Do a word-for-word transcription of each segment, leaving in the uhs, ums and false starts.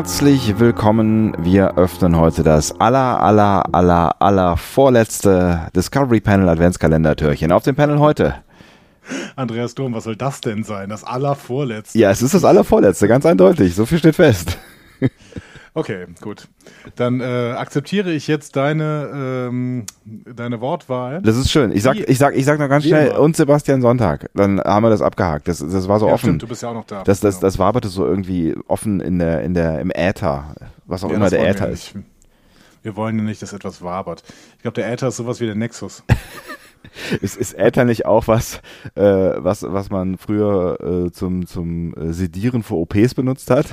Herzlich willkommen. Wir öffnen heute das aller, aller, aller, aller vorletzte Discovery Panel Adventskalender-Türchen. Auf dem Panel heute Andreas Dom, was soll das denn sein? Das allervorletzte? Ja, es ist das allervorletzte, ganz eindeutig. So viel steht fest. Okay, gut. Dann äh, akzeptiere ich jetzt deine, ähm, deine Wortwahl. Das ist schön. Ich sag, ich sag, ich sag noch ganz schnell, und Sebastian Sonntag. Dann haben wir das abgehakt. Das, das war so ja, offen. Stimmt, du bist ja auch noch da. Das, das, genau. das waberte so irgendwie offen in der, in der, im Äther. Was auch ja, immer der wollen Äther wir ist. nicht. Wir wollen ja nicht, dass etwas wabert. Ich glaube, der Äther ist sowas wie der Nexus. Ist, ist Äther nicht auch was, äh, was, was man früher äh, zum, zum Sedieren vor O Ps benutzt hat?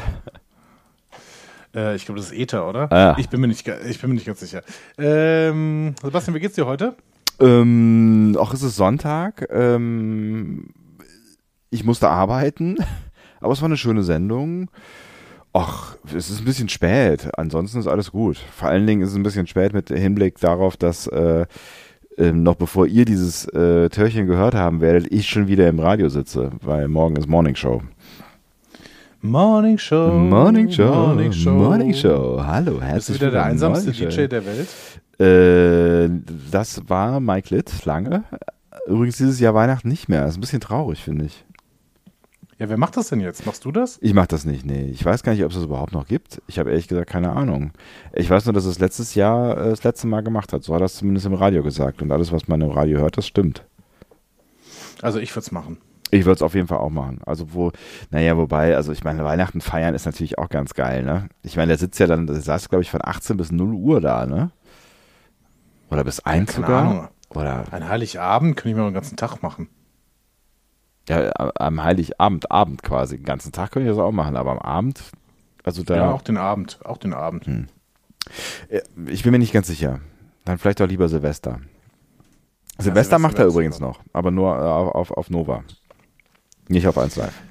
Äh, ich glaube, das ist Äther, oder? Ah, ja. Ich bin mir nicht, ich bin mir nicht ganz sicher. Ähm, Sebastian, wie geht's dir heute? Ähm, auch ist es Sonntag. Ähm, ich musste arbeiten, aber es war eine schöne Sendung. Ach, es ist ein bisschen spät. Ansonsten ist alles gut. Vor allen Dingen ist es ein bisschen spät mit Hinblick darauf, dass äh, äh, noch bevor ihr dieses äh, Törchen gehört haben werdet, ich schon wieder im Radio sitze, weil morgen ist Morning Show. Morning Show. Morning Show. Morning Show. Morning Show. Hallo, herzlich Bist du wieder der einsamste D J der Welt? Äh, das war Mike Litt lange. Übrigens dieses Jahr Weihnachten nicht mehr. Das ist ein bisschen traurig, finde ich. Ja, wer macht das denn jetzt? Machst du das? Ich mach das nicht, nee. Ich weiß gar nicht, ob es das überhaupt noch gibt. Ich habe ehrlich gesagt keine Ahnung. Ich weiß nur, dass es letztes Jahr äh, das letzte Mal gemacht hat. So hat er es zumindest im Radio gesagt. Und alles, was man im Radio hört, das stimmt. Also ich würde es machen. Ich würde es auf jeden Fall auch machen. Also wo, naja, wobei, also ich meine, Weihnachten feiern ist natürlich auch ganz geil, ne? Ich meine, der sitzt ja dann, der saß, glaube ich, von achtzehn bis null Uhr da, ne? Oder bis eins Keine sogar? Ahnung. Oder? Ein Heiligabend könnte ich mir den ganzen Tag machen. Ja, am Heiligabend, Abend quasi. Den ganzen Tag könnte ich das auch machen, aber am Abend, also da. Ja, auch den Abend, auch den Abend. Hm. Ich bin mir nicht ganz sicher. Dann vielleicht auch lieber Silvester. Ja, Silvester macht er übrigens noch, aber nur auf, auf, auf Nova. Nicht auf eins Live.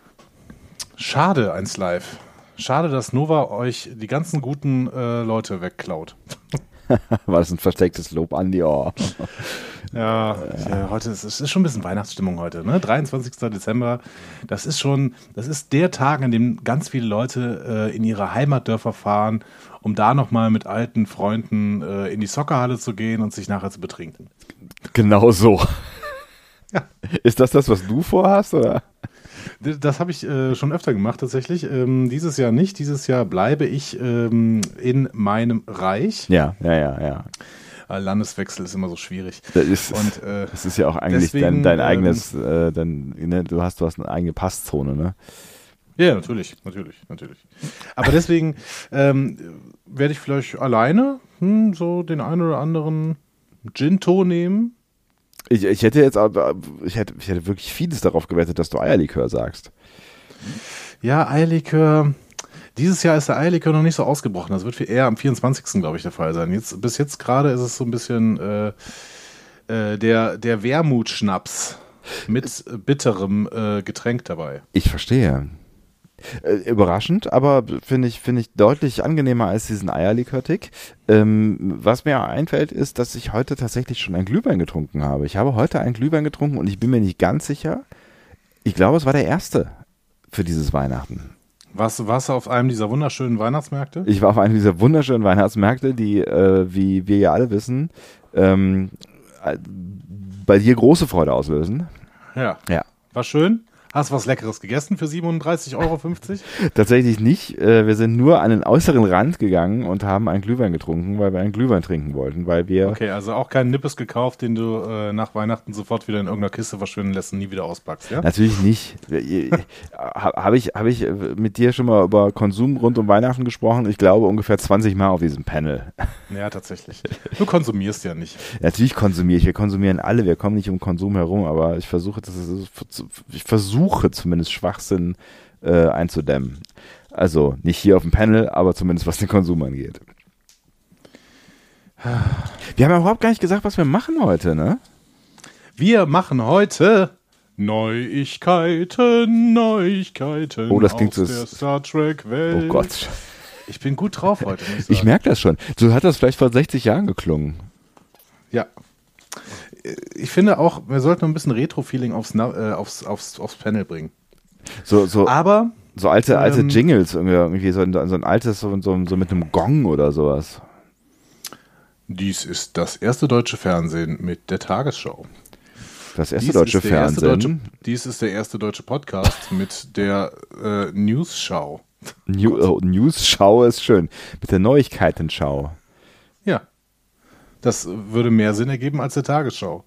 Schade, eins Live. Schade, dass Nova euch die ganzen guten äh, Leute wegklaut. War das ein verstecktes Lob an die Ohr? Ja, ja, heute ist es ist schon ein bisschen Weihnachtsstimmung heute, ne? dreiundzwanzigster Dezember. Das ist schon, das ist der Tag, an dem ganz viele Leute äh, in ihre Heimatdörfer fahren, um da nochmal mit alten Freunden äh, in die Soccerhalle zu gehen und sich nachher zu betrinken. Genau so. Ja. Ist das das, was du vorhast, oder? Das habe ich äh, schon öfter gemacht tatsächlich. Ähm, dieses Jahr nicht. Dieses Jahr bleibe ich ähm, in meinem Reich. Ja, ja, ja, ja. Äh, Landeswechsel ist immer so schwierig. Das ist, Und, äh, das ist ja auch eigentlich deswegen, dein, dein ähm, eigenes, äh, dein, ne, du hast, du hast eine eigene Passzone, ne? Ja, natürlich, natürlich, natürlich. Aber deswegen ähm, werde ich vielleicht alleine hm, so den einen oder anderen Gin-To nehmen. Ich, ich hätte jetzt aber, ich hätte, ich hätte wirklich vieles darauf gewettet, dass du Eierlikör sagst. Ja, Eierlikör. Dieses Jahr ist der Eierlikör noch nicht so ausgebrochen. Das wird eher am vierundzwanzigsten glaube ich, der Fall sein. Jetzt, bis jetzt gerade ist es so ein bisschen äh, äh, der, der Wermutschnaps mit bitterem äh, Getränk dabei. Ich verstehe. Äh, überraschend, aber finde ich, finde ich deutlich angenehmer als diesen Eierlikör-Tick. Ähm, was mir einfällt, ist, dass ich heute tatsächlich schon einen Glühwein getrunken habe. Ich habe heute einen Glühwein getrunken und ich bin mir nicht ganz sicher. Ich glaube, es war der erste für dieses Weihnachten. Warst, warst du auf einem dieser wunderschönen Weihnachtsmärkte? Ich war auf einem dieser wunderschönen Weihnachtsmärkte, die, äh, wie wir ja alle wissen, ähm, bei dir große Freude auslösen. Ja. Ja. War schön? Hast du was Leckeres gegessen für siebenunddreißig Euro fünfzig? Tatsächlich nicht. Wir sind nur an den äußeren Rand gegangen und haben einen Glühwein getrunken, weil wir einen Glühwein trinken wollten, weil wir... Okay, also auch keinen Nippes gekauft, den du äh, nach Weihnachten sofort wieder in irgendeiner Kiste verschwinden lässt und nie wieder auspackst, ja? Natürlich nicht. Habe ich, hab ich mit dir schon mal über Konsum rund um Weihnachten gesprochen? Ich glaube ungefähr zwanzig Mal auf diesem Panel. Ja, tatsächlich. Du konsumierst ja nicht. Natürlich konsumiere ich. Wir konsumieren alle. Wir kommen nicht um Konsum herum, aber ich versuche, das ist, ich versuche zumindest Schwachsinn äh, einzudämmen. Also nicht hier auf dem Panel, aber zumindest was den Konsum angeht. Wir haben ja überhaupt gar nicht gesagt, was wir machen heute, ne? Wir machen heute Neuigkeiten, Neuigkeiten oh, das klingt aus so der Star Trek Welt. Oh Gott. Ich bin gut drauf heute, muss ich sagen. Ich merke das schon. So hat das vielleicht vor sechzig Jahren geklungen. Ja. Ich finde auch, wir sollten ein bisschen Retro-Feeling aufs, äh, aufs, aufs, aufs Panel bringen. So, so. Aber So alte, alte Ähm, Jingles, irgendwie, irgendwie so, ein, so ein altes, so, so, so mit einem Gong oder sowas. Dies ist das erste deutsche Fernsehen mit der Tagesschau. Das erste Dies deutsche ist der erste deutsche, Fernsehen. dies ist der erste deutsche Podcast mit der äh, News-Schau. New, oh, News-Schau ist schön. Mit der Neuigkeitenschau. Ja. Das würde mehr Sinn ergeben als der Tagesschau.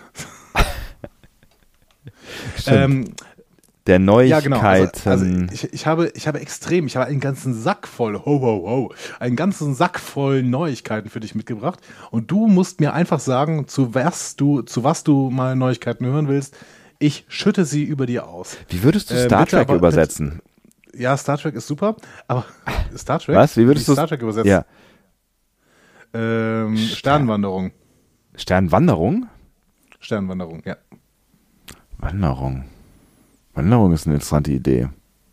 ähm, Der ja, genau. Neuigkeiten. Also, also ich, ich, habe, ich habe extrem, ich habe einen ganzen Sack voll, ho, ho, ho, einen ganzen Sack voll Neuigkeiten für dich mitgebracht. Und du musst mir einfach sagen, zu was du, zu was du mal Neuigkeiten hören willst. Ich schütte sie über dir aus. Wie würdest du Äh, Star bitte Trek aber- übersetzen? Ja, Star Trek ist super, aber Star Trek? Was? Wie würdest Wie du Star Trek übersetzen? Ja. Ähm, Sternwanderung. Sternwanderung? Sternwanderung, ja. Wanderung. Wanderung ist eine interessante Idee.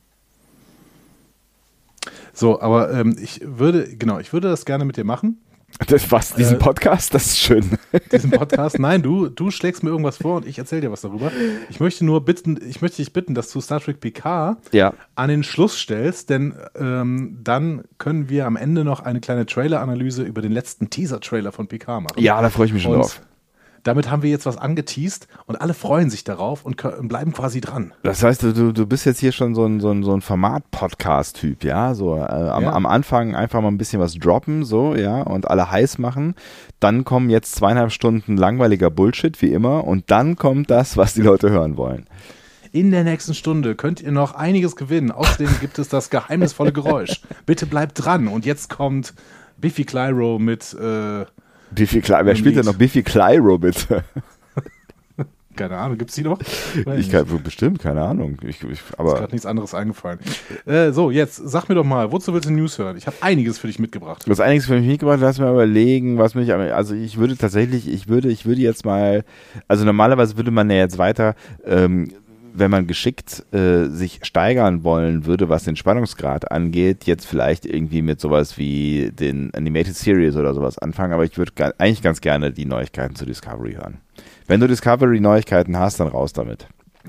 So, aber ähm, ich würde, genau, ich würde das gerne mit dir machen. Das, was, diesen Äh, Podcast? Das ist schön. Diesen Podcast. Nein, du, du schlägst mir irgendwas vor und ich erzähle dir was darüber. Ich möchte nur bitten, ich möchte dich bitten, dass du Star Trek Picard Ja. an den Schluss stellst, denn ähm, dann können wir am Ende noch eine kleine Trailer-Analyse über den letzten Teaser-Trailer von Picard machen. Ja, da freue ich mich schon Und drauf. damit haben wir jetzt was angeteased und alle freuen sich darauf und können, bleiben quasi dran. Das heißt, du, du bist jetzt hier schon so ein, so ein, so ein Format-Podcast-Typ, ja? So äh, am, Ja. am Anfang einfach mal ein bisschen was droppen, so, ja, und alle heiß machen. Dann kommen jetzt zweieinhalb Stunden langweiliger Bullshit, wie immer, und dann kommt das, was die Leute hören wollen. In der nächsten Stunde könnt ihr noch einiges gewinnen. Außerdem gibt es das geheimnisvolle Geräusch. Bitte bleibt dran. Und jetzt kommt Biffy Clyro mit, äh, Biffy Clyro, wer Ein spielt denn Lied. noch Biffy Clyro, bitte? keine Ahnung, gibt's die noch? Weiß Ich kann, bestimmt, keine Ahnung. Ich, ich, Ist aber gerade nichts anderes eingefallen. Äh, so, jetzt sag mir doch mal, wozu willst du News hören? Ich habe einiges für dich mitgebracht. du hast einiges für mich mitgebracht, lass mir überlegen, was mich, also ich würde tatsächlich, ich würde, ich würde jetzt mal, also normalerweise würde man ja jetzt weiter, ähm, wenn man geschickt äh, sich steigern wollen würde, was den Spannungsgrad angeht, jetzt vielleicht irgendwie mit sowas wie den Animated Series oder sowas anfangen, aber ich würde ga- eigentlich ganz gerne die Neuigkeiten zu Discovery hören. Wenn du Discovery-Neuigkeiten hast, dann raus damit.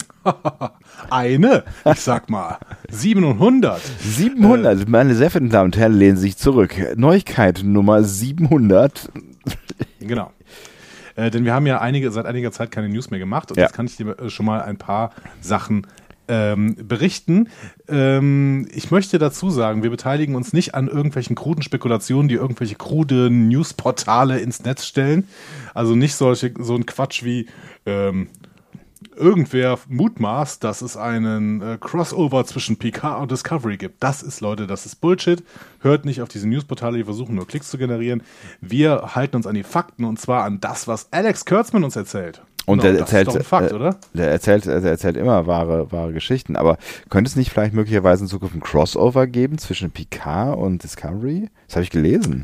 Eine, ich sag mal, siebenhundert. siebenhundert, meine sehr verehrten Damen und Herren, lehnen sich zurück. Neuigkeit Nummer siebenhundert. Genau. Äh, denn wir haben ja einige, seit einiger Zeit keine News mehr gemacht und Ja. jetzt kann ich dir äh, schon mal ein paar Sachen ähm, berichten. Ähm, ich möchte dazu sagen, wir beteiligen uns nicht an irgendwelchen kruden Spekulationen, die irgendwelche krude Newsportale ins Netz stellen. Also nicht solche, so ein Quatsch wie ähm, irgendwer mutmaßt, dass es einen äh, Crossover zwischen Picard und Discovery gibt. Das ist, Leute, das ist Bullshit. Hört nicht auf diese Newsportale, die versuchen nur Klicks zu generieren. Wir halten uns an die Fakten und zwar an das, was Alex Kurtzman uns erzählt. Und Genau, der das erzählt, ist doch ein Fakt, äh, oder? Der erzählt, der erzählt immer wahre, wahre Geschichten. Aber könnte es nicht vielleicht möglicherweise in Zukunft ein Crossover geben zwischen Picard und Discovery? Das habe ich gelesen.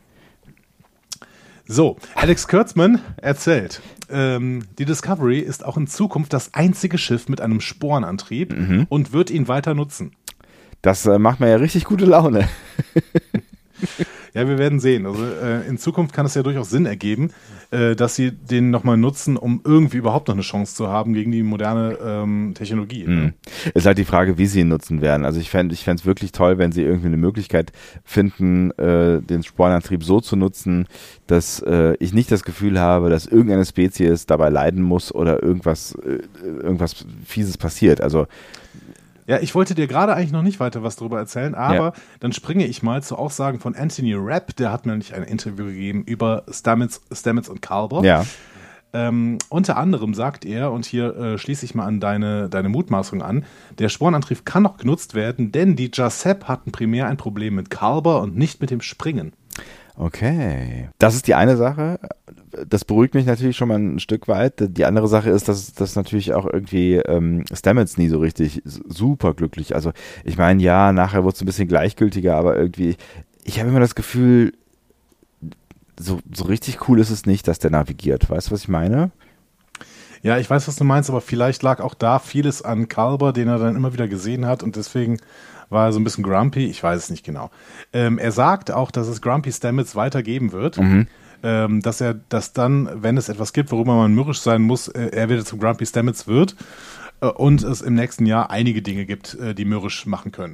So, Alex Kurtzman erzählt, ähm, die Discovery ist auch in Zukunft das einzige Schiff mit einem Sporenantrieb und wird ihn weiter nutzen. Das äh, macht mir ja richtig gute Laune. Ja, wir werden sehen. Also äh, in Zukunft kann es ja durchaus Sinn ergeben, äh, dass sie den nochmal nutzen, um irgendwie überhaupt noch eine Chance zu haben gegen die moderne ähm, Technologie. Mhm. Ist halt die Frage, wie sie ihn nutzen werden. Also ich fände ich fände es wirklich toll, wenn sie irgendwie eine Möglichkeit finden, äh, den Sporenantrieb so zu nutzen, dass äh, ich nicht das Gefühl habe, dass irgendeine Spezies dabei leiden muss oder irgendwas, äh, irgendwas Fieses passiert. Also Ja, ich wollte dir gerade eigentlich noch nicht weiter was darüber erzählen, aber Ja. dann springe ich mal zu Aussagen von Anthony Rapp, der hat mir nämlich ein Interview gegeben über Stamets, Stamets und Culber. ja. Ähm, unter anderem sagt er, und hier äh, schließe ich mal an deine, deine Mutmaßung an, der Sporenantrieb kann noch genutzt werden, denn die Jacep hatten primär ein Problem mit Culber und nicht mit dem Springen. Okay. Das ist die eine Sache. Das beruhigt mich natürlich schon mal ein Stück weit. Die andere Sache ist, dass das natürlich auch irgendwie ähm, Stamets nie so richtig super glücklich. Also ich meine, ja, nachher wurde es ein bisschen gleichgültiger, aber irgendwie, ich habe immer das Gefühl, so, so richtig cool ist es nicht, dass der navigiert. Weißt du, was ich meine? Ja, ich weiß, was du meinst, aber vielleicht lag auch da vieles an Culber, den er dann immer wieder gesehen hat und deswegen war er so ein bisschen grumpy. Ich weiß es nicht genau. Ähm, er sagt auch, dass es Grumpy Stamets weitergeben wird. Mhm. Ähm, dass er, dass dann, wenn es etwas gibt, worüber man mürrisch sein muss, äh, er wieder zum Grumpy Stamets wird. äh, und es im nächsten Jahr einige Dinge gibt, äh, die mürrisch machen können.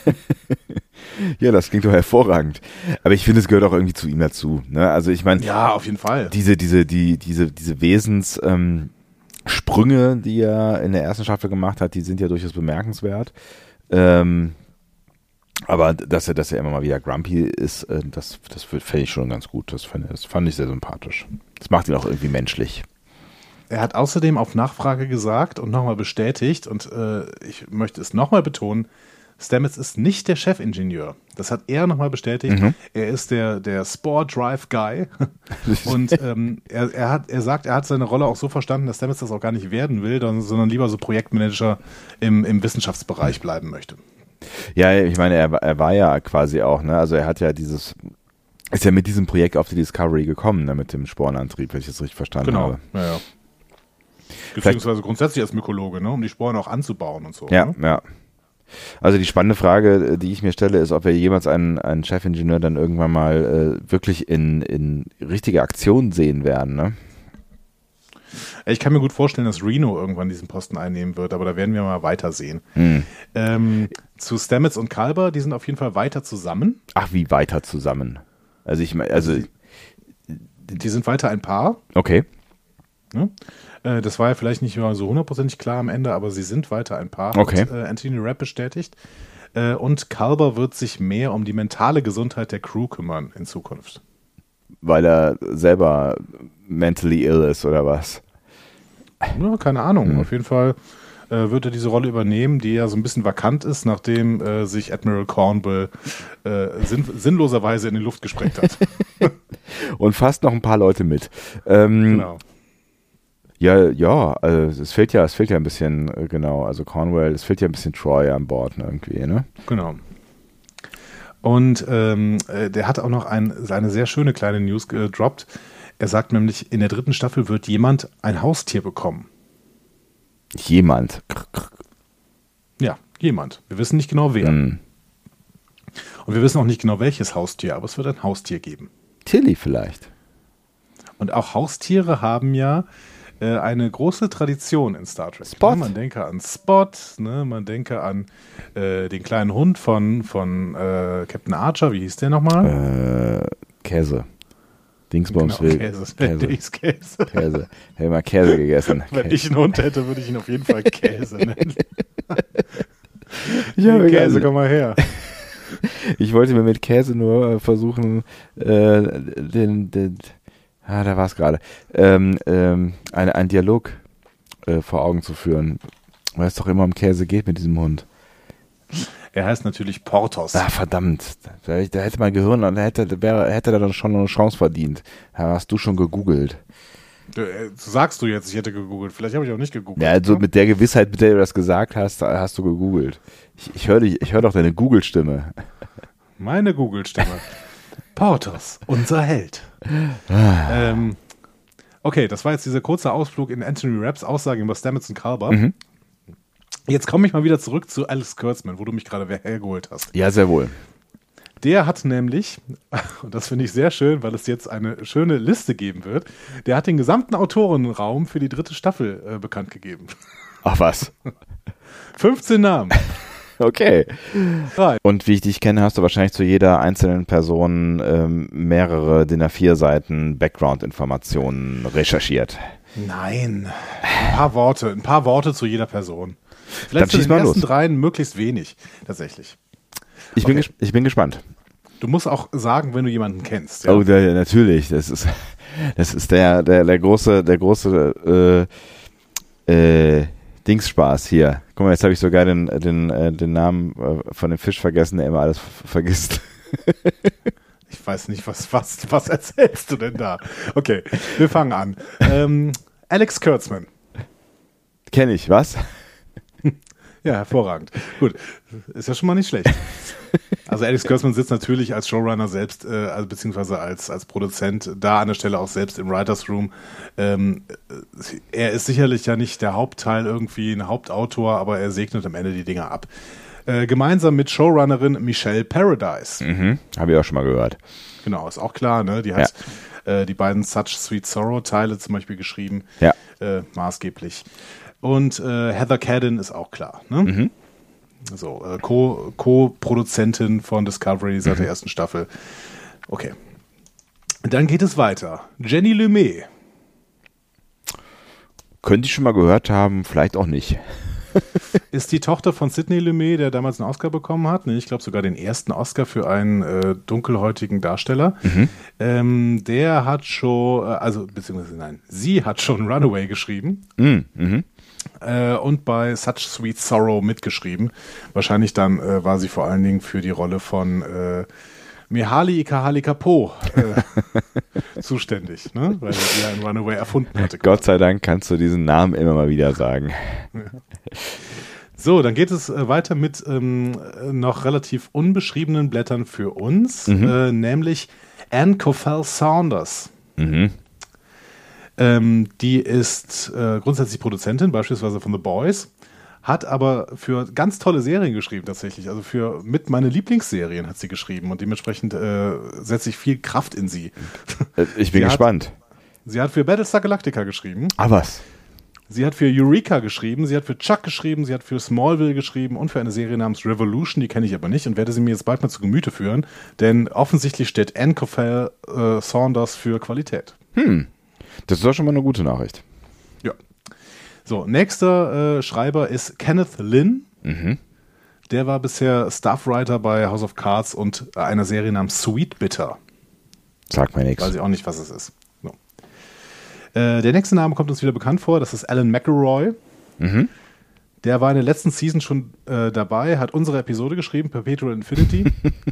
Ja, das klingt doch hervorragend. Aber ich finde, es gehört auch irgendwie zu ihm dazu. Ne? Also ich meine, ja, auf jeden Fall. Diese, diese, die, diese, diese Wesens ähm, Sprünge, die er in der ersten Staffel gemacht hat, die sind ja durchaus bemerkenswert. Ähm, aber dass er, dass er immer mal wieder grumpy ist, äh, das, das fände ich schon ganz gut. Das fand, das fand ich sehr sympathisch. Das macht ihn auch irgendwie menschlich. Er hat außerdem auf Nachfrage gesagt und nochmal bestätigt, und äh, ich möchte es nochmal betonen, Stamets ist nicht der Chefingenieur. Das hat er nochmal bestätigt. Mhm. Er ist der, der Spore Drive Guy. Und ähm, er, er, hat, er sagt, er hat seine Rolle auch so verstanden, dass Stamets das auch gar nicht werden will, sondern lieber so Projektmanager im, im Wissenschaftsbereich bleiben möchte. Ja, ich meine, er, er war ja quasi auch, ne? Also er hat ja dieses, ist ja mit diesem Projekt auf die Discovery gekommen, ne? Mit dem Sporenantrieb, wenn ich das richtig verstanden genau. habe. Genau, ja, ja. Beziehungsweise grundsätzlich als Mykologe, ne? Um die Sporen auch anzubauen und so. Ja, ne? ja. Also die spannende Frage, die ich mir stelle, ist, ob wir jemals einen, einen Chefingenieur dann irgendwann mal äh, wirklich in, in richtige Aktion sehen werden, ne? Ich kann mir gut vorstellen, dass Reno irgendwann diesen Posten einnehmen wird, aber da werden wir mal weitersehen. Hm. Ähm, zu Stamets und Culber, die sind auf jeden Fall weiter zusammen. Ach, wie weiter zusammen? Also ich meine, also die, die sind weiter ein Paar. Okay. Ja? Äh, das war ja vielleicht nicht mal so hundertprozentig klar am Ende, aber sie sind weiter ein Paar. Okay. Hat, äh, Anthony Rapp bestätigt. Äh, und Culber wird sich mehr um die mentale Gesundheit der Crew kümmern in Zukunft. Weil er selber mentally ill ist, oder was? Ja, keine Ahnung. Hm. Auf jeden Fall äh, wird er diese Rolle übernehmen, die ja so ein bisschen vakant ist, nachdem äh, sich Admiral Cornwall äh, sinn sinnloserweise in die Luft gesprengt hat. Und fast noch ein paar Leute mit. Ähm, genau. Ja, ja, also es fehlt ja, es fehlt ja ein bisschen, äh, genau, also Cornwall, es fehlt ja ein bisschen Troy an Bord, ne, irgendwie, ne? Genau. Und ähm, äh, der hat auch noch ein, eine sehr schöne kleine News gedroppt. Er sagt nämlich, in der dritten Staffel wird jemand ein Haustier bekommen. Jemand. Ja, jemand. Wir wissen nicht genau wer. Hm. Und wir wissen auch nicht genau welches Haustier, aber es wird ein Haustier geben. Tilly vielleicht. Und auch Haustiere haben ja äh, eine große Tradition in Star Trek. Spot. Ne? Man denke an Spot, ne? Man denke an äh, den kleinen Hund von, von äh, Captain Archer. Wie hieß der nochmal? Äh, Käse. Dingsbums genau, will. Käse. Käse. Käse. Käse. Hätte mal Käse gegessen. Wenn Käse. ich einen Hund hätte, würde ich ihn auf jeden Fall Käse nennen. Ja, hey, Käse, komm mal her. Ich wollte mir mit Käse nur versuchen, äh, den, den, ah, da war es gerade, ähm, ähm, ein, ein Dialog äh, vor Augen zu führen, weil es doch immer um Käse geht mit diesem Hund. Er heißt natürlich Porthos. Ah, verdammt. Da, da hätte mein Gehirn, da hätte, da wäre, hätte er dann schon noch eine Chance verdient. Da hast du schon gegoogelt. Du, äh, sagst du jetzt, ich hätte gegoogelt. Vielleicht habe ich auch nicht gegoogelt. Ja, also mit der Gewissheit, mit der du das gesagt hast, hast du gegoogelt. Ich, ich höre ich hör doch deine Google-Stimme. Meine Google-Stimme. Porthos, unser Held. Ah. ähm, okay, das war jetzt dieser kurze Ausflug in Anthony Rapps Aussagen über Stamets und Culber. Mhm. Jetzt komme ich mal wieder zurück zu Alex Kurtzman, wo du mich gerade hergeholt hast. Ja, sehr wohl. Der hat nämlich, und das finde ich sehr schön, weil es jetzt eine schöne Liste geben wird, der hat den gesamten Autorenraum für die dritte Staffel äh, bekannt gegeben. Ach was. fünfzehn Namen. Okay. Drei. Und wie ich dich kenne, hast du wahrscheinlich zu jeder einzelnen Person ähm, mehrere D I N A vier Seiten Background-Informationen recherchiert. Nein. Ein paar Worte, ein paar Worte zu jeder Person. Vielleicht Dann zu schieß den mal ersten los. dreien möglichst wenig, tatsächlich. Ich, bin Okay. ges- ich bin gespannt. Du musst auch sagen, wenn du jemanden kennst. Ja? Oh, der, natürlich. Das ist, das ist der, der, der große, der große äh, äh, Dingsspaß hier. Guck mal, jetzt habe ich sogar den, den, äh, den Namen äh, von dem Fisch vergessen, der immer alles f- vergisst. Ich weiß nicht, was, was, was erzählst du denn da? Okay, wir fangen an. Ähm, Alex Kurtzman. Kenn ich, was? Ja, hervorragend. Gut, ist ja schon mal nicht schlecht. Also Alex Kurtzman sitzt natürlich als Showrunner selbst, äh, also beziehungsweise als, als Produzent da an der Stelle auch selbst im Writers Room. Ähm, er ist sicherlich ja nicht der Hauptteil irgendwie, ein Hauptautor, aber er segnet am Ende die Dinger ab. Äh, gemeinsam mit Showrunnerin Michelle Paradise. Mhm, habe ich auch schon mal gehört. Genau, ist auch klar, ne? Die hat äh, die beiden Such Sweet Sorrow Teile zum Beispiel geschrieben, Ja. äh, maßgeblich. Und äh, Heather Cadden ist auch klar. Ne? Mhm. So, äh, Co- Co-Produzentin von Discovery seit mhm. der ersten Staffel. Okay. Dann geht es weiter. Jenny Lumet. Könnte ich schon mal gehört haben, vielleicht auch nicht. Ist die Tochter von Sidney Lumet, der damals einen Oscar bekommen hat. Ich glaube sogar den ersten Oscar für einen äh, dunkelhäutigen Darsteller. Mhm. Ähm, der hat schon, also beziehungsweise nein, sie hat schon Runaway geschrieben. Mhm. Äh, und bei Such Sweet Sorrow mitgeschrieben. Wahrscheinlich dann äh, war sie vor allen Dingen für die Rolle von äh, Mihaly Csikszentmihalyi äh, zuständig, ne? Weil sie ja in Runaway erfunden hatte. Gott sei Dank kannst du diesen Namen immer mal wieder sagen. Ja. So, dann geht es äh, weiter mit ähm, noch relativ unbeschriebenen Blättern für uns, mhm. äh, nämlich Anne Coffell Saunders. Mhm. Ähm, die ist äh, grundsätzlich Produzentin, beispielsweise von The Boys, hat aber für ganz tolle Serien geschrieben tatsächlich. Also für mit meine Lieblingsserien hat sie geschrieben und dementsprechend äh, setze ich viel Kraft in sie. Ich bin sie gespannt. Hat, sie hat für Battlestar Galactica geschrieben. Ah, was? Sie hat für Eureka geschrieben, sie hat für Chuck geschrieben, sie hat für Smallville geschrieben und für eine Serie namens Revolution, die kenne ich aber nicht und werde sie mir jetzt bald mal zu Gemüte führen, denn offensichtlich steht Anne Coffell äh, Saunders für Qualität. Hm, das ist doch schon mal eine gute Nachricht. Ja. So, nächster äh, Schreiber ist Kenneth Lynn. Mhm. Der war bisher Staffwriter bei House of Cards und äh, einer Serie namens Sweet Bitter. Sagt mir nichts. Weiß ich auch nicht, was es ist. So. Äh, der nächste Name kommt uns wieder bekannt vor, das ist Alan McElroy. Mhm. Der war in der letzten Season schon äh, dabei, hat unsere Episode geschrieben, Perpetual Infinity.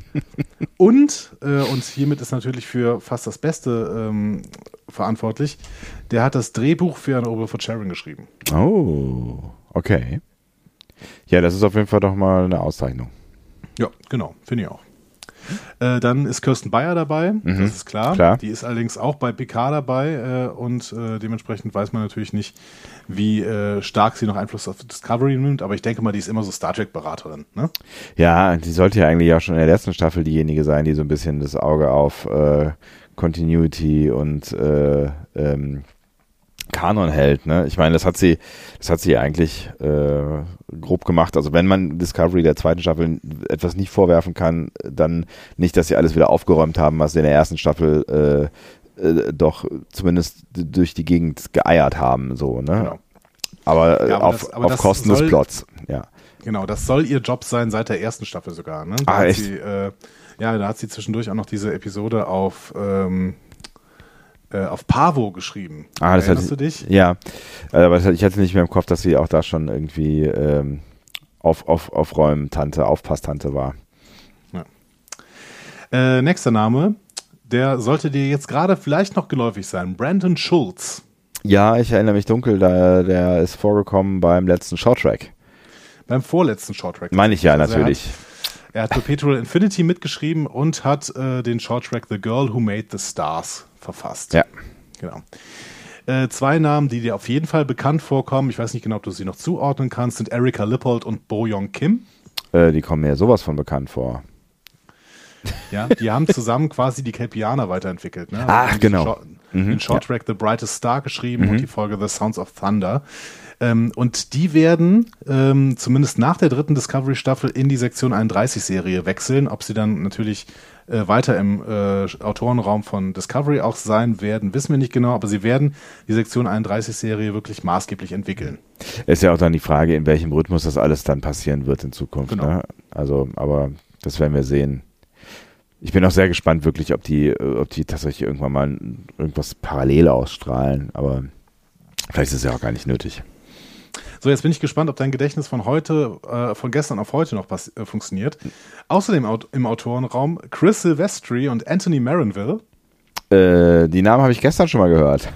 und, äh, und hiermit ist natürlich für fast das Beste ähm, verantwortlich, der hat das Drehbuch für An Over for Sharon geschrieben. Oh, okay. Ja, das ist auf jeden Fall doch mal eine Auszeichnung. Ja, genau, finde ich auch. Äh, dann ist Kirsten Beyer dabei, mhm. das ist klar. klar. Die ist allerdings auch bei Picard dabei äh, und äh, dementsprechend weiß man natürlich nicht, wie äh, stark sie noch Einfluss auf Discovery nimmt, aber ich denke mal, die ist immer so Star Trek-Beraterin. Ne? Ja, die sollte ja eigentlich auch schon in der letzten Staffel diejenige sein, die so ein bisschen das Auge auf äh, Continuity und äh, ähm, Kanon hält, ne? Ich meine, das hat sie, das hat sie eigentlich äh, grob gemacht. Also wenn man Discovery der zweiten Staffel etwas nicht vorwerfen kann, dann nicht, dass sie alles wieder aufgeräumt haben, was sie in der ersten Staffel äh, äh, doch zumindest durch die Gegend geeiert haben, so, ne? Genau. Aber, ja, aber auf, das, aber auf Kosten soll, des Plots, ja. Genau, das soll ihr Job sein seit der ersten Staffel sogar, ne? Da ah, hat echt? Sie, äh, ja, da hat sie zwischendurch auch noch diese Episode auf ähm, auf Pavo geschrieben. Ah, das Erinnerst hat, du dich? Ja, aber ich hatte nicht mehr im Kopf, dass sie auch da schon irgendwie ähm, auf, auf, Aufräumen-Tante, Aufpasstante war. Ja. Äh, nächster Name, der sollte dir jetzt gerade vielleicht noch geläufig sein. Brandon Schulz. Ja, ich erinnere mich dunkel, da, der ist vorgekommen beim letzten Shorttrack. Beim vorletzten Shorttrack. Meine ich ja, also natürlich. Er hat, er hat Perpetual Infinity mitgeschrieben und hat äh, den Shorttrack The Girl Who Made the Stars verfasst. Ja. Genau. Äh, zwei Namen, die dir auf jeden Fall bekannt vorkommen, ich weiß nicht genau, ob du sie noch zuordnen kannst, sind Erika Lippold und Bo-Young Kim. Äh, die kommen mir sowas von bekannt vor. Ja, die haben zusammen quasi die Kelpianer weiterentwickelt. Ne? Ach, genau. Short, mhm, den Shorttrack ja. The Brightest Star geschrieben mhm. und die Folge The Sounds of Thunder. Ähm, und die werden ähm, zumindest nach der dritten Discovery-Staffel in die Sektion einunddreißig-Serie wechseln. Ob sie dann natürlich äh, weiter im äh, Autorenraum von Discovery auch sein werden, wissen wir nicht genau. Aber sie werden die Sektion einunddreißig-Serie wirklich maßgeblich entwickeln. Ist ja auch dann die Frage, in welchem Rhythmus das alles dann passieren wird in Zukunft. Genau. Ne? Also, aber das werden wir sehen. Ich bin auch sehr gespannt wirklich, ob die, ob die tatsächlich irgendwann mal irgendwas parallel ausstrahlen. Aber vielleicht ist es ja auch gar nicht nötig. So, jetzt bin ich gespannt, ob dein Gedächtnis von heute, äh, von gestern auf heute noch pass- äh, funktioniert. Außerdem aut- im Autorenraum Chris Silvestri und Anthony Marinville. Äh, die Namen habe ich gestern schon mal gehört.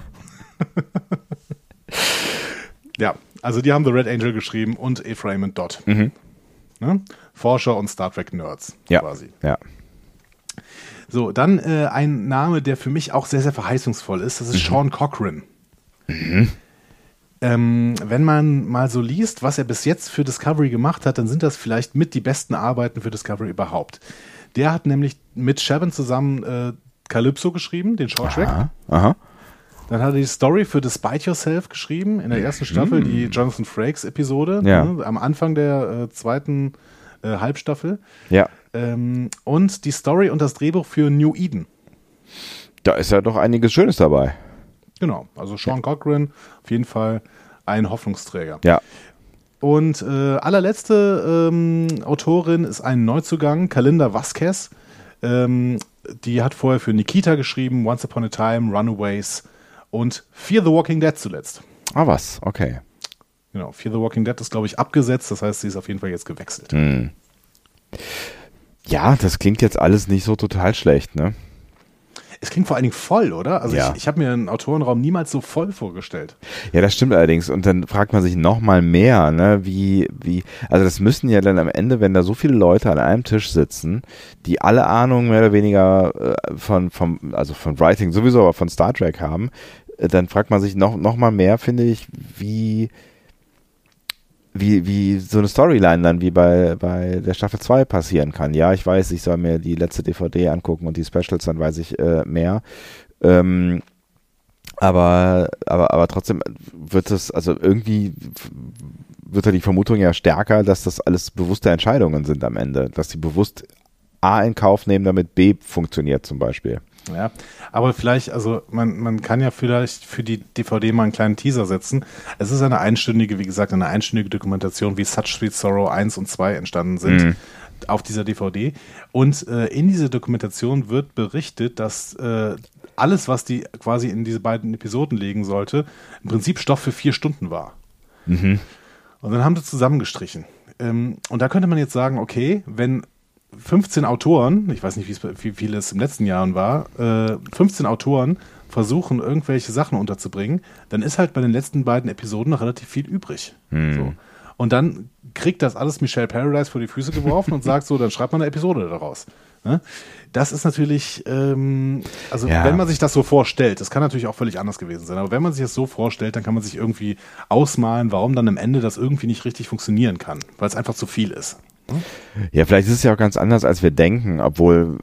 Ja, also die haben The Red Angel geschrieben und Ephraim und Dodd. Mhm. Ne? Forscher und Star Trek Nerds ja. quasi. Ja. So, dann äh, ein Name, der für mich auch sehr, sehr verheißungsvoll ist. Das ist mhm. Sean Cochran. Mhm. Ähm, wenn man mal so liest, was er bis jetzt für Discovery gemacht hat, dann sind das vielleicht mit die besten Arbeiten für Discovery überhaupt. Der hat nämlich mit Chabon zusammen äh, Calypso geschrieben, den Shorttrack. Aha. Aha. Dann hat er die Story für Despite Yourself geschrieben, in der ersten Staffel, Mhm. die Jonathan Frakes-Episode, Ja. ne, am Anfang der äh, zweiten äh, Halbstaffel. Ja. Ähm, und die Story und das Drehbuch für New Eden. Da ist ja doch einiges Schönes dabei. Genau, also Sean Cochran, auf jeden Fall ein Hoffnungsträger. Ja. Und äh, allerletzte ähm, Autorin ist ein Neuzugang, Kalinda Vasquez. Ähm, die hat vorher für Nikita geschrieben, Once Upon a Time, Runaways und Fear the Walking Dead zuletzt. Ah, was? Okay. Genau, Fear the Walking Dead ist, glaube ich, abgesetzt, das heißt, sie ist auf jeden Fall jetzt gewechselt. Hm. Ja, das klingt jetzt alles nicht so total schlecht, ne? Es klingt vor allen Dingen voll, oder? Also Ja. ich, ich habe mir einen Autorenraum niemals so voll vorgestellt. Ja, das stimmt allerdings. Und dann fragt man sich noch mal mehr, ne, wie, wie, also das müssen ja dann am Ende, wenn da so viele Leute an einem Tisch sitzen, die alle Ahnung mehr oder weniger äh, von, vom, also von Writing sowieso, aber von Star Trek haben, äh, dann fragt man sich noch, noch mal mehr, finde ich, wie, wie, wie so eine Storyline dann wie bei, bei der Staffel zwei passieren kann. Ja, ich weiß, ich soll mir die letzte D V D angucken und die Specials, dann weiß ich äh, mehr. Ähm, aber, aber, aber trotzdem wird es, also irgendwie wird da die Vermutung ja stärker, dass das alles bewusste Entscheidungen sind am Ende. Dass sie bewusst A in Kauf nehmen, damit B funktioniert zum Beispiel. Ja, aber vielleicht, also man, man kann ja vielleicht für die D V D mal einen kleinen Teaser setzen. Es ist eine einstündige, wie gesagt, eine einstündige Dokumentation, wie Such Sweet Sorrow eins und zwei entstanden sind Mhm. auf dieser D V D. Und äh, in dieser Dokumentation wird berichtet, dass äh, alles, was die quasi in diese beiden Episoden legen sollte, im Prinzip Stoff für vier Stunden war. Mhm. Und dann haben sie zusammengestrichen. Ähm, und da könnte man jetzt sagen, okay, wenn fünfzehn Autoren, ich weiß nicht, wie es- wie viel es im letzten Jahr war, äh, fünfzehn Autoren versuchen, irgendwelche Sachen unterzubringen, dann ist halt bei den letzten beiden Episoden noch relativ viel übrig. Hm. So. Und dann kriegt das alles Michelle Paradise vor die Füße geworfen und sagt so, dann schreibt man eine Episode daraus. Ne? Das ist natürlich, ähm, also Ja. wenn man sich das so vorstellt, das kann natürlich auch völlig anders gewesen sein, aber wenn man sich das so vorstellt, dann kann man sich irgendwie ausmalen, warum dann am Ende das irgendwie nicht richtig funktionieren kann, weil es einfach zu viel ist. Ja, vielleicht ist es ja auch ganz anders, als wir denken, obwohl,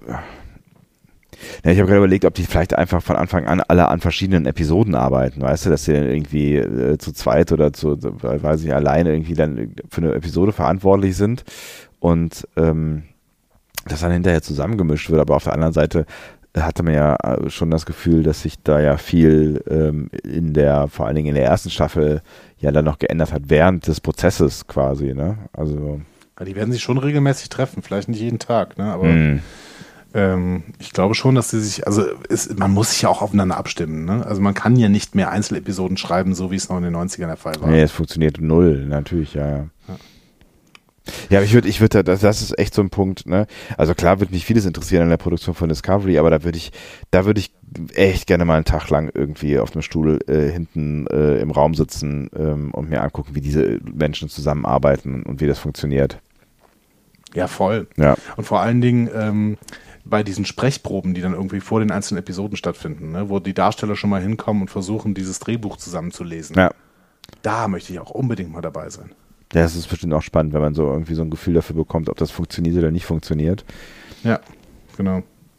ja, ich habe gerade überlegt, ob die vielleicht einfach von Anfang an alle an verschiedenen Episoden arbeiten, weißt du, dass sie dann irgendwie äh, zu zweit oder zu, weiß ich, alleine irgendwie dann für eine Episode verantwortlich sind und ähm, das dann hinterher zusammengemischt wird, aber auf der anderen Seite hatte man ja schon das Gefühl, dass sich da ja viel ähm, in der, vor allen Dingen in der ersten Staffel ja dann noch geändert hat, während des Prozesses quasi, ne, also Ja, die werden sich schon regelmäßig treffen, vielleicht nicht jeden Tag, ne? aber mh. ähm, ich glaube schon, dass sie sich, also es, man muss sich ja auch aufeinander abstimmen. Ne? Also man kann ja nicht mehr Einzelepisoden schreiben, so wie es noch in den neunzigern der Fall war. Nee, es funktioniert null, natürlich, ja, ja. Ja. Ja, aber ich würde, ich würde, das, das ist echt so ein Punkt, ne? Also klar würde mich vieles interessieren an der Produktion von Discovery, aber da würde ich, da würde ich echt gerne mal einen Tag lang irgendwie auf einem Stuhl äh, hinten äh, im Raum sitzen ähm, und mir angucken, wie diese Menschen zusammenarbeiten und wie das funktioniert. Ja, voll. Ja. Und vor allen Dingen ähm, bei diesen Sprechproben, die dann irgendwie vor den einzelnen Episoden stattfinden, ne? Wo die Darsteller schon mal hinkommen und versuchen, dieses Drehbuch zusammenzulesen. Ja. Da möchte ich auch unbedingt mal dabei sein. Ja, das ist bestimmt auch spannend, wenn man so irgendwie so ein Gefühl dafür bekommt, ob das funktioniert oder nicht funktioniert. Ja, genau.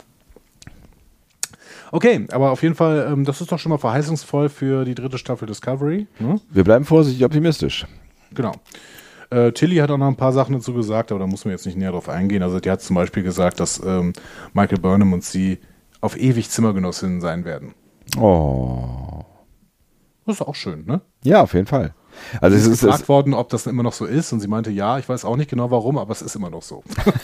Okay, aber auf jeden Fall, ähm, das ist doch schon mal verheißungsvoll für die dritte Staffel Discovery. Ne? Wir bleiben vorsichtig optimistisch. Genau. Äh, Tilly hat auch noch ein paar Sachen dazu gesagt, aber da muss man jetzt nicht näher drauf eingehen. Also die hat zum Beispiel gesagt, dass ähm, Michael Burnham und sie auf ewig Zimmergenossinnen sein werden. Oh. Das ist auch schön, ne? Ja, auf jeden Fall. Also Sie es ist ist, gefragt es, worden, ob das immer noch so ist und sie meinte, ja, ich weiß auch nicht genau warum, aber es ist immer noch so.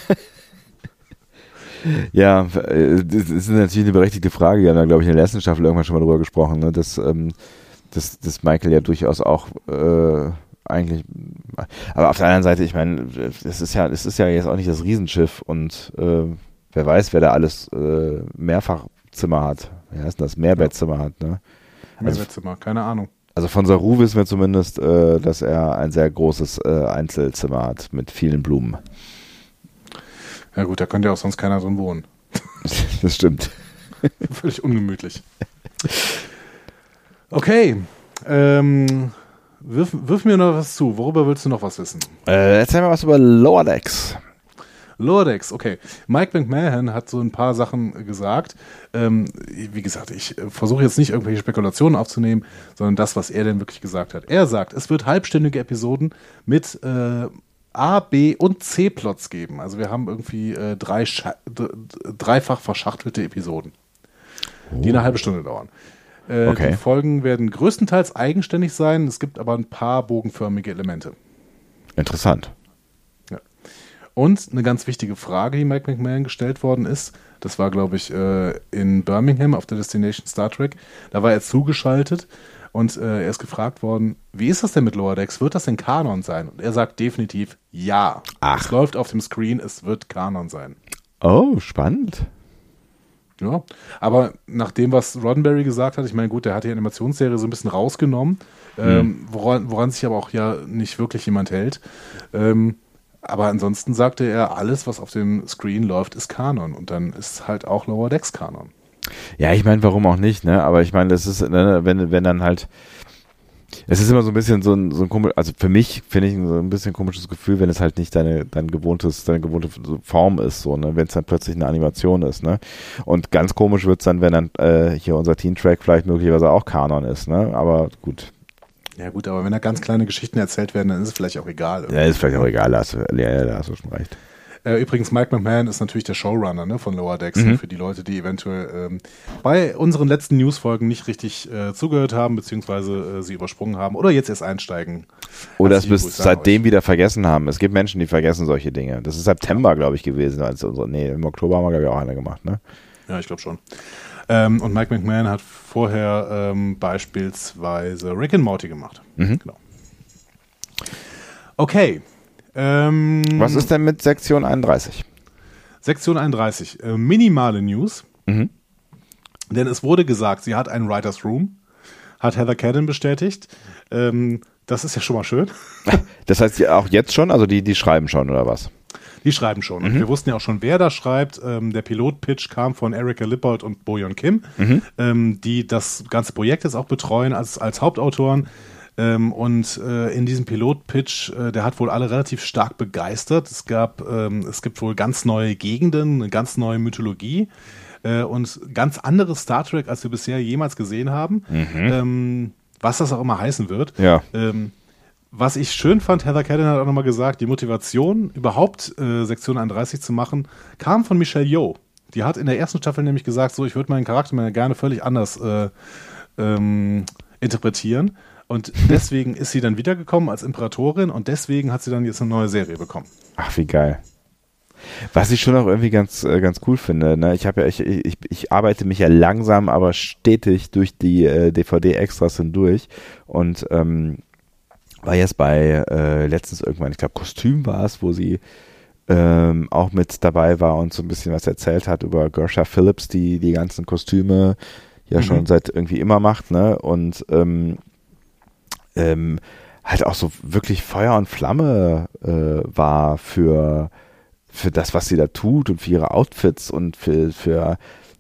ja, äh, das ist natürlich eine berechtigte Frage. Wir haben da, glaube ich, in der letzten Staffel irgendwann schon mal drüber gesprochen, ne? dass, ähm, dass, dass Michael ja durchaus auch äh, eigentlich, aber auf der anderen Seite, ich meine, das ist ja, das ist ja jetzt auch nicht das Riesenschiff und äh, wer weiß, wer da alles äh, Mehrfachzimmer hat. Wie heißt denn das? Mehrbettzimmer hat, ne? Also, Mehrbettzimmer, keine Ahnung. also von Saru wissen wir zumindest, äh, dass er ein sehr großes äh, Einzelzimmer hat mit vielen Blumen. Ja gut, da könnte ja auch sonst keiner drin wohnen. Das stimmt. Völlig ungemütlich. Okay. Ähm, wirf, wirf mir noch was zu. Worüber willst du noch was wissen? Äh, erzähl mal was über Lower Decks. Lower Decks, okay. Mike McMahon hat so ein paar Sachen gesagt. Ähm, wie gesagt, ich äh, versuche jetzt nicht irgendwelche Spekulationen aufzunehmen, sondern das, was er denn wirklich gesagt hat. Er sagt, es wird halbstündige Episoden mit äh, A, B und C-Plots geben. Also wir haben irgendwie äh, drei Scha- d- d- dreifach verschachtelte Episoden, oh. die eine halbe Stunde dauern. Äh, okay. Die Folgen werden größtenteils eigenständig sein. Es gibt aber ein paar bogenförmige Elemente. Interessant. Und eine ganz wichtige Frage, die Mike McMahon gestellt worden ist, das war, glaube ich, äh, in Birmingham auf der Destination Star Trek, da war er zugeschaltet und äh, er ist gefragt worden, wie ist das denn mit Lower Decks? Wird das denn Kanon sein? Und er sagt definitiv ja. Ach. Es läuft auf dem Screen, es wird Kanon sein. Oh, spannend. Ja, aber nach dem, was Roddenberry gesagt hat, ich meine, gut, der hat die Animationsserie so ein bisschen rausgenommen, hm. ähm, woran, woran sich aber auch ja nicht wirklich jemand hält. Ähm, Aber ansonsten sagte er, alles, was auf dem Screen läuft, ist Kanon. Und dann ist halt auch Lower Decks Kanon. Ja, ich meine, warum auch nicht, ne? Aber ich meine, das ist, ne, wenn, wenn dann halt, es ist immer so ein bisschen so ein, so ein komisch, also für mich finde ich so ein bisschen komisches Gefühl, wenn es halt nicht deine, dein gewohntes, deine gewohnte Form ist, so, ne? Wenn es dann plötzlich eine Animation ist, ne? Und ganz komisch wird es dann, wenn dann äh, hier unser Teen-Track vielleicht möglicherweise auch Kanon ist, ne? Aber gut. Ja gut, aber wenn da ganz kleine Geschichten erzählt werden, dann ist es vielleicht auch egal. Irgendwie. Ja, ist vielleicht auch egal, da hast du, ja, da hast du schon recht. Äh, übrigens, Mike McMahon ist natürlich der Showrunner, ne, von Lower Decks, mhm. für die Leute, die eventuell ähm, bei unseren letzten News-Folgen nicht richtig äh, zugehört haben, beziehungsweise äh, sie übersprungen haben oder jetzt erst einsteigen. Oder es bis seitdem wieder vergessen haben. Es gibt Menschen, die vergessen solche Dinge. Das ist September, glaube ich, gewesen. Als unsere, nee, im Oktober haben wir, glaube ich, auch eine gemacht, ne? Ja, ich glaube schon. Ähm, und Mike McMahon hat vorher ähm, beispielsweise Rick and Morty gemacht. Mhm. Genau. Okay. Ähm, Was ist denn mit Sektion einunddreißig? Sektion einunddreißig. Äh, minimale News. Mhm. Denn es wurde gesagt, sie hat einen Writer's Room. Hat Heather Cadden bestätigt. Ähm, das ist ja schon mal schön. Das heißt, auch jetzt schon? Also die, die schreiben schon, oder was? Die schreiben schon. Und mhm. wir wussten ja auch schon, wer da schreibt. Ähm, der Pilot-Pitch kam von Erika Lippold und Boyon Kim, mhm. ähm, die das ganze Projekt jetzt auch betreuen als, als Hauptautoren. Ähm, und äh, in diesem Pilot-Pitch, äh, der hat wohl alle relativ stark begeistert. Es gab, ähm, es gibt wohl ganz neue Gegenden, eine ganz neue Mythologie äh, und ganz anderes Star Trek, als wir bisher jemals gesehen haben. Mhm. Ähm, was das auch immer heißen wird. Ja. Ähm, Was ich schön fand, Heather Cadden hat auch nochmal gesagt, die Motivation, überhaupt äh, Sektion einunddreißig zu machen, kam von Michelle Yeoh. Die hat in der ersten Staffel nämlich gesagt, so, ich würde meinen Charakter mal gerne völlig anders äh, ähm, interpretieren. Und deswegen ist sie dann wiedergekommen als Imperatorin und deswegen hat sie dann jetzt eine neue Serie bekommen. Ach, wie geil. Was ich schon auch irgendwie ganz, äh, ganz cool finde, ne? Ich habe ja, ich, ich, ich arbeite mich ja langsam, aber stetig durch die äh, D V D-Extras hindurch und ähm, war jetzt bei äh, letztens irgendwann, ich glaube Kostüm war es, wo sie ähm, auch mit dabei war und so ein bisschen was erzählt hat über Gersha Phillips, die die ganzen Kostüme ja mhm. schon seit irgendwie immer macht, ne? Und ähm, ähm, halt auch so wirklich Feuer und Flamme äh, war für für das, was sie da tut und für ihre Outfits und für für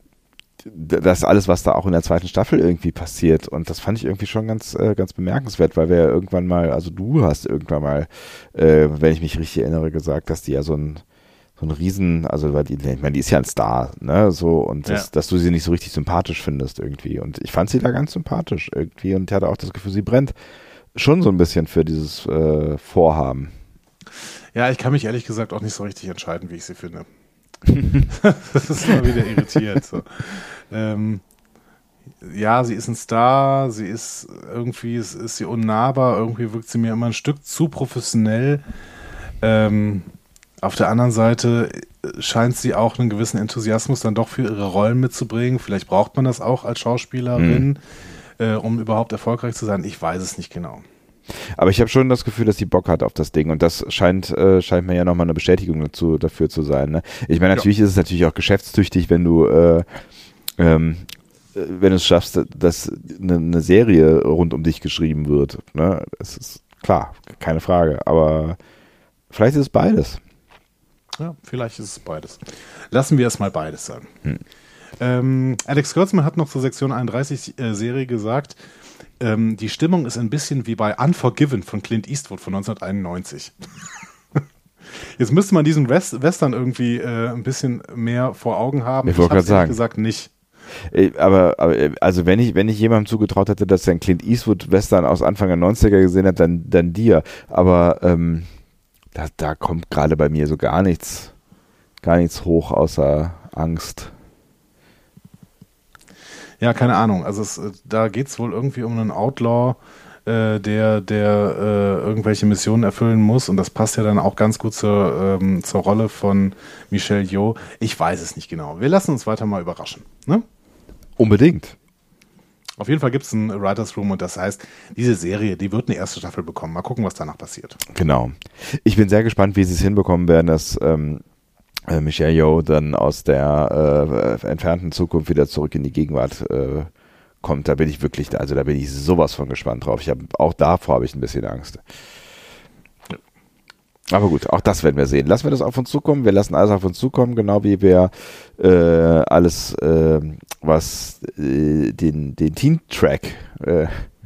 das alles, was da auch in der zweiten Staffel irgendwie passiert. Und das fand ich irgendwie schon ganz, äh, ganz bemerkenswert, weil wir ja irgendwann mal, also du hast irgendwann mal, äh, wenn ich mich richtig erinnere, gesagt, dass die ja so ein, so ein Riesen, also weil die, ich meine, die ist ja ein Star, ne, so, und das, ja. dass du sie nicht so richtig sympathisch findest irgendwie. Und ich fand sie da ganz sympathisch irgendwie und ich hatte auch das Gefühl, sie brennt schon so ein bisschen für dieses äh, Vorhaben. Ja, ich kann mich ehrlich gesagt auch nicht so richtig entscheiden, wie ich sie finde. Das ist immer wieder irritiert. So. Ähm, ja, sie ist ein Star, sie ist irgendwie, ist, ist sie unnahbar, irgendwie wirkt sie mir immer ein Stück zu professionell. Ähm, auf der anderen Seite scheint sie auch einen gewissen Enthusiasmus dann doch für ihre Rollen mitzubringen. Vielleicht braucht man das auch als Schauspielerin, mhm. äh, um überhaupt erfolgreich zu sein. Ich weiß es nicht genau. Aber ich habe schon das Gefühl, dass sie Bock hat auf das Ding und das scheint äh, scheint mir ja nochmal eine Bestätigung dazu, dafür zu sein. Ne? Ich meine, natürlich ja. ist es natürlich auch geschäftstüchtig, wenn du äh, ähm, wenn du es schaffst, dass eine, eine Serie rund um dich geschrieben wird. Ne? Das ist klar, keine Frage. Aber vielleicht ist es beides. Ja, vielleicht ist es beides. Lassen wir es mal beides sagen. Hm. Ähm, Alex Kurtzman hat noch zur Sektion einunddreißig äh, Serie gesagt, ähm, die Stimmung ist ein bisschen wie bei Unforgiven von Clint Eastwood von neunzehnhunderteinundneunzig. Jetzt müsste man diesen West- Western irgendwie äh, ein bisschen mehr vor Augen haben. Ich wollte gerade sagen. gesagt nicht. Aber, aber also wenn ich wenn ich jemandem zugetraut hätte, dass er einen Clint Eastwood Western aus Anfang der neunziger gesehen hat, dann dann dir. Aber ähm, da, da kommt gerade bei mir so gar nichts, gar nichts hoch außer Angst. Ja, keine Ahnung. Also es, da geht es wohl irgendwie um einen Outlaw, äh, der, der äh, irgendwelche Missionen erfüllen muss. Und das passt ja dann auch ganz gut zur, ähm, zur Rolle von Michelle Yeoh. Ich weiß es nicht genau. Wir lassen uns weiter mal überraschen. Ne? Unbedingt. Auf jeden Fall gibt es ein Writers Room und das heißt, diese Serie, die wird eine erste Staffel bekommen. Mal gucken, was danach passiert. Genau. Ich bin sehr gespannt, wie sie es hinbekommen werden, dass ähm, äh, Michelle Yeoh dann aus der äh, entfernten Zukunft wieder zurück in die Gegenwart äh, kommt. Da bin ich wirklich, also da bin ich sowas von gespannt drauf. Ich habe auch davor habe ich ein bisschen Angst. Aber gut, auch das werden wir sehen. Lassen wir das auf uns zukommen. Wir lassen alles auf uns zukommen, genau wie wir äh, alles, äh, was äh, den, den Teen-Track äh,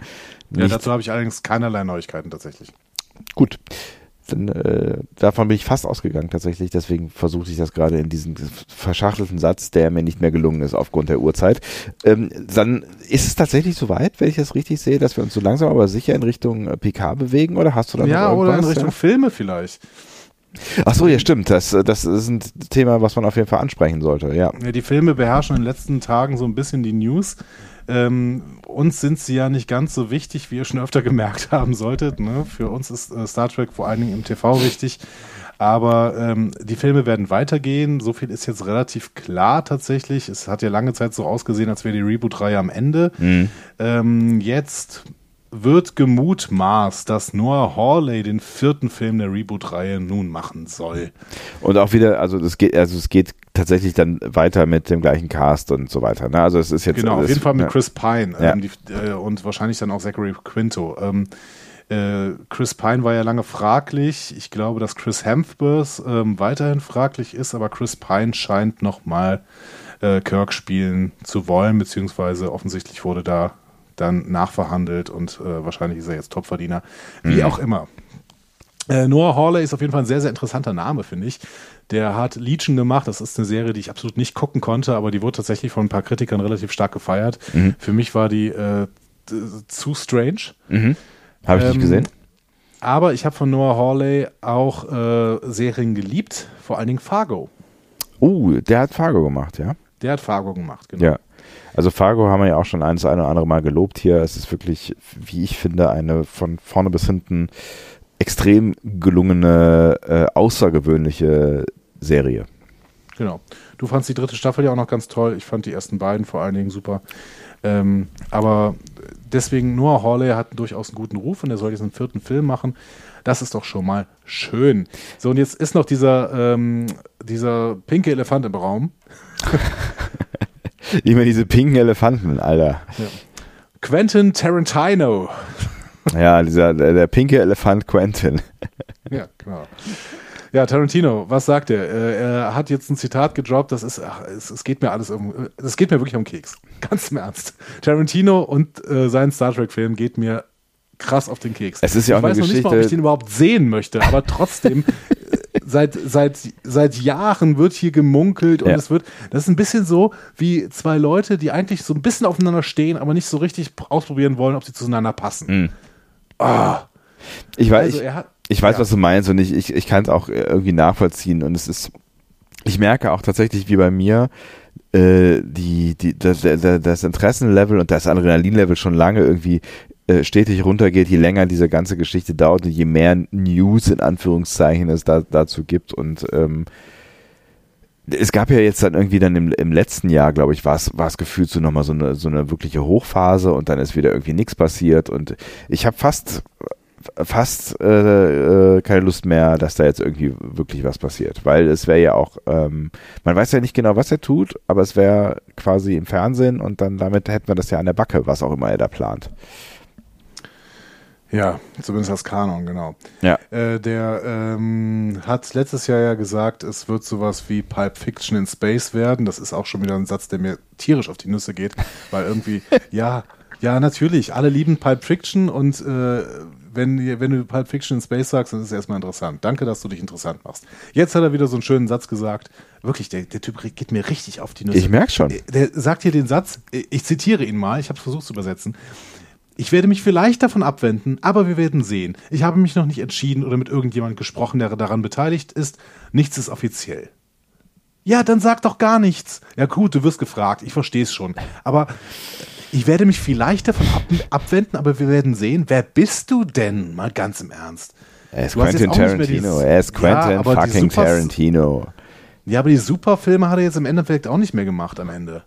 Ja, dazu habe ich allerdings keinerlei Neuigkeiten tatsächlich. Gut. Dann, äh, davon bin ich fast ausgegangen tatsächlich, deswegen versuche ich das gerade in diesem verschachtelten Satz, der mir nicht mehr gelungen ist aufgrund der Uhrzeit. Ähm, dann ist es tatsächlich soweit, wenn ich das richtig sehe, dass wir uns so langsam aber sicher in Richtung P K bewegen, oder hast du da ja, noch irgendwas? Ja, oder in Richtung ja? Filme vielleicht. Ach so, ja stimmt, das, das ist ein Thema, was man auf jeden Fall ansprechen sollte, ja. Ja, die Filme beherrschen in den letzten Tagen so ein bisschen die News. Ähm, uns sind sie ja nicht ganz so wichtig, wie ihr schon öfter gemerkt haben solltet. Ne? Für uns ist äh, Star Trek vor allen Dingen im T V wichtig. Aber ähm, die Filme werden weitergehen. So viel ist jetzt relativ klar tatsächlich. Es hat ja lange Zeit so ausgesehen, als wäre die Reboot-Reihe am Ende. Mhm. Ähm, jetzt wird gemutmaßt, dass Noah Hawley den vierten Film der Reboot-Reihe nun machen soll. Und auch wieder, also es geht, also es geht tatsächlich dann weiter mit dem gleichen Cast und so weiter. Ne? Also es ist jetzt genau, alles, auf jeden Fall mit ja. Chris Pine ja. ähm, die, äh, und wahrscheinlich dann auch Zachary Quinto. Ähm, äh, Chris Pine war ja lange fraglich. Ich glaube, dass Chris Hemsworth ähm, weiterhin fraglich ist, aber Chris Pine scheint nochmal äh, Kirk spielen zu wollen, beziehungsweise offensichtlich wurde da dann nachverhandelt und äh, wahrscheinlich ist er jetzt Topverdiener. Wie mhm. auch immer. Äh, Noah Hawley ist auf jeden Fall ein sehr, sehr interessanter Name, finde ich. Der hat Legion gemacht. Das ist eine Serie, die ich absolut nicht gucken konnte, aber die wurde tatsächlich von ein paar Kritikern relativ stark gefeiert. Mhm. Für mich war die äh, zu strange. Mhm. Habe ich ähm, nicht gesehen. Aber ich habe von Noah Hawley auch äh, Serien geliebt, vor allen Dingen Fargo. Oh, der hat Fargo gemacht, ja? Der hat Fargo gemacht, genau. Ja. Also Fargo haben wir ja auch schon eins eine oder andere Mal gelobt hier. Es ist wirklich, wie ich finde, eine von vorne bis hinten extrem gelungene, äh, außergewöhnliche Serie. Genau. Du fandst die dritte Staffel ja auch noch ganz toll. Ich fand die ersten beiden vor allen Dingen super. Ähm, aber deswegen, Noah Hawley hat durchaus einen guten Ruf und er soll jetzt einen vierten Film machen. Das ist doch schon mal schön. So, und jetzt ist noch dieser, ähm, dieser pinke Elefant im Raum. Immer diese pinken Elefanten, Alter. Ja. Quentin Tarantino. Ja, dieser, der, der pinke Elefant Quentin. Ja, genau. Ja, Tarantino, was sagt er? Er hat jetzt ein Zitat gedroppt, das ist, ach, es, es geht mir alles um, es geht mir wirklich um Keks. Ganz im Ernst. Tarantino und äh, sein Star Trek-Film geht mir krass auf den Keks. Es ist ja auch ich eine weiß noch Geschichte, nicht mal, ob ich den überhaupt sehen möchte, aber trotzdem, seit, seit, seit Jahren wird hier gemunkelt und ja. es wird, das ist ein bisschen so wie zwei Leute, die eigentlich so ein bisschen aufeinander stehen, aber nicht so richtig ausprobieren wollen, ob sie zueinander passen. Mhm. Oh. Ich weiß, also ich, er hat, ich weiß, ja. was du meinst und ich, ich, ich kann es auch irgendwie nachvollziehen und es ist, ich merke auch tatsächlich wie bei mir, äh, die, die, das, das Interessenlevel und das Adrenalinlevel schon lange irgendwie äh, stetig runtergeht, je länger diese ganze Geschichte dauert und je mehr News in Anführungszeichen es da, dazu gibt und ähm, es gab ja jetzt dann irgendwie dann im, im letzten Jahr, glaube ich, war es war es gefühlt so nochmal so eine, so eine wirkliche Hochphase und dann ist wieder irgendwie nichts passiert und ich habe fast fast äh, äh, keine Lust mehr, dass da jetzt irgendwie wirklich was passiert, weil es wäre ja auch, ähm, man weiß ja nicht genau, was er tut, aber es wäre quasi im Fernsehen und dann damit hätten wir das ja an der Backe, was auch immer er da plant. Ja, zumindest als Kanon, genau. Ja. Äh, der ähm, hat letztes Jahr ja gesagt, es wird sowas wie Pulp Fiction in Space werden. Das ist auch schon wieder ein Satz, der mir tierisch auf die Nüsse geht, weil irgendwie, ja, Ja, natürlich. Alle lieben Pulp Fiction und äh, wenn, wenn du Pulp Fiction in Space sagst, dann ist es erstmal interessant. Danke, dass du dich interessant machst. Jetzt hat er wieder so einen schönen Satz gesagt. Wirklich, der, der Typ geht mir richtig auf die Nüsse. Ich merke schon. Der sagt hier den Satz, ich zitiere ihn mal, ich habe es versucht zu übersetzen. Ich werde mich vielleicht davon abwenden, aber wir werden sehen. Ich habe mich noch nicht entschieden oder mit irgendjemandem gesprochen, der daran beteiligt ist. Nichts ist offiziell. Ja, dann sag doch gar nichts. Ja gut, du wirst gefragt, ich verstehe es schon. Aber ich werde mich vielleicht davon ab- abwenden, aber wir werden sehen. Wer bist du denn? Mal ganz im Ernst. Er ist Quentin Tarantino. Er ist Quentin ja, fucking Super- Tarantino. Ja, aber die Superfilme hat er jetzt im Endeffekt auch nicht mehr gemacht am Ende.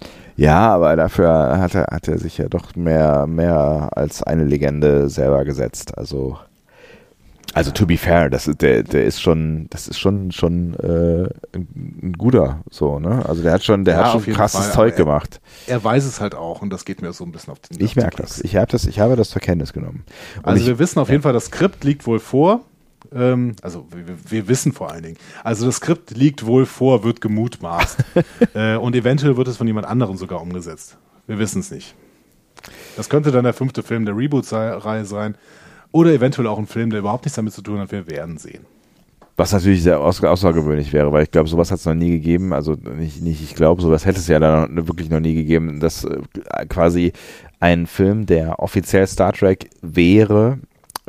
Ja, aber dafür hat er, hat er sich ja doch mehr, mehr als eine Legende selber gesetzt. Also, also to be fair, das ist, der, der ist schon, das ist schon, schon äh, ein guter, so, ne? Also der hat schon, der Ja, hat schon krasses Fall, Zeug er, gemacht. Er weiß es halt auch und das geht mir so ein bisschen auf den Ich merke das. Ich habe das, ich habe das zur Kenntnis genommen. Und also ich, wir wissen auf jeden Fall, das Skript liegt wohl vor. Ähm, also wir, wir wissen vor allen Dingen. Also das Skript liegt wohl vor, wird gemutmaßt. äh, und eventuell wird es von jemand anderem sogar umgesetzt. Wir wissen es nicht. Das könnte dann der fünfte Film der Reboot-Reihe sein. Oder eventuell auch ein Film, der überhaupt nichts damit zu tun hat. Wir werden sehen. Was natürlich sehr außergewöhnlich wäre, weil ich glaube, sowas hat es noch nie gegeben. Also nicht, nicht ich glaube, sowas hätte es ja dann wirklich noch nie gegeben, dass äh, quasi ein Film, der offiziell Star Trek wäre,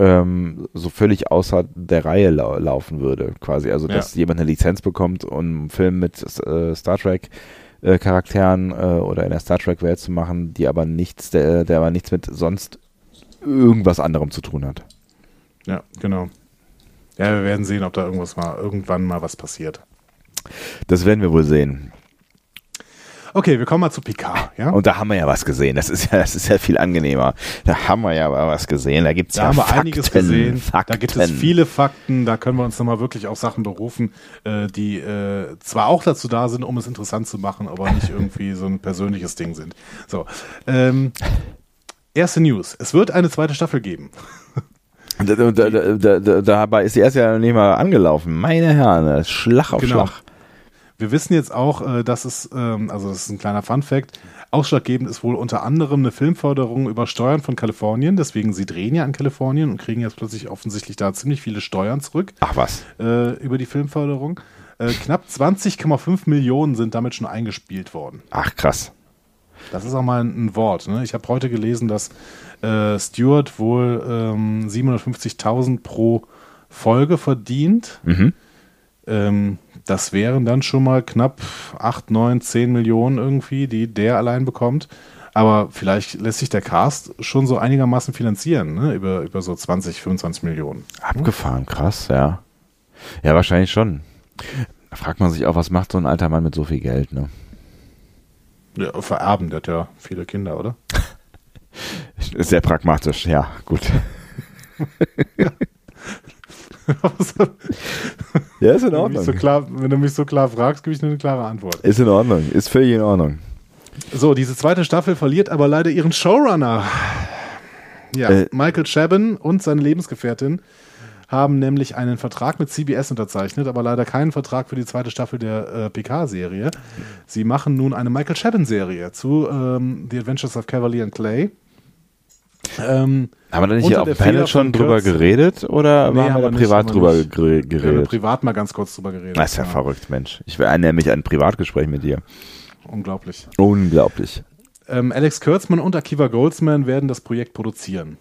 ähm, so völlig außer der Reihe lau- laufen würde, quasi. Also dass ja. jemand eine Lizenz bekommt, um einen Film mit äh, Star Trek äh, Charakteren äh, oder in der Star Trek Welt zu machen, die aber nichts, der, der aber nichts mit sonst irgendwas anderem zu tun hat. Ja, genau. Ja, wir werden sehen, ob da irgendwas mal, irgendwann mal was passiert. Das werden wir wohl sehen. Okay, wir kommen mal zu Picard, ja? Und da haben wir ja was gesehen. Das ist ja, das ist ja viel angenehmer. Da haben wir ja mal was gesehen. Da gibt's da ja haben wir Fakten, einiges gesehen. Fakten. Da gibt es viele Fakten. Da können wir uns nochmal wirklich auf Sachen berufen, äh, die äh, zwar auch dazu da sind, um es interessant zu machen, aber nicht irgendwie so ein persönliches Ding sind. So, ähm, erste News. Es wird eine zweite Staffel geben. Da, da, da, da, da, dabei ist die erste ja nicht mal angelaufen. Meine Herren, Schlag auf genau. Schlag. Wir wissen jetzt auch, dass es, also das ist ein kleiner Funfact, ausschlaggebend ist wohl unter anderem eine Filmförderung über Steuern von Kalifornien, deswegen sie drehen ja in Kalifornien und kriegen jetzt plötzlich offensichtlich da ziemlich viele Steuern zurück. Ach was. Äh, über die Filmförderung. Äh, knapp zwanzig Komma fünf Millionen sind damit schon eingespielt worden. Ach krass. Das ist auch mal ein, ein Wort. Ne? Ich habe heute gelesen, dass äh, Stewart wohl ähm, siebenhundertfünfzigtausend pro Folge verdient. Mhm. Ähm, das wären dann schon mal knapp acht, neun, zehn Millionen irgendwie, die der allein bekommt. Aber vielleicht lässt sich der Cast schon so einigermaßen finanzieren, ne? über, über so zwanzig, fünfundzwanzig Millionen. Abgefahren, krass, ja. Ja, wahrscheinlich schon. Da fragt man sich auch, was macht so ein alter Mann mit so viel Geld, ne? Ja, vererben, der hat ja viele Kinder, oder? Sehr pragmatisch, ja, gut. Ja, ist in Ordnung. Wenn du mich so klar, wenn du mich so klar fragst, gebe ich eine klare Antwort. Ist in Ordnung, ist völlig in Ordnung. So, diese zweite Staffel verliert aber leider ihren Showrunner. Ja, äh, Michael Chabon und seine Lebensgefährtin haben nämlich einen Vertrag mit C B S unterzeichnet, aber leider keinen Vertrag für die zweite Staffel der äh, Picard-Serie. Sie machen nun eine Michael Chabon-Serie zu ähm, The Adventures of Cavalier and Clay. Ähm, haben wir da nicht hier auf dem Panel schon drüber Kurtz. geredet oder nee, haben wir da privat nicht, drüber nicht. geredet? Wir haben privat mal ganz kurz drüber geredet. Das ist ja, ja verrückt, Mensch. Ich will nämlich ein Privatgespräch mit dir. Unglaublich. Unglaublich. Ähm, Alex Kurtzman und Akiva Goldsman werden das Projekt produzieren.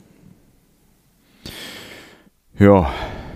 Ja.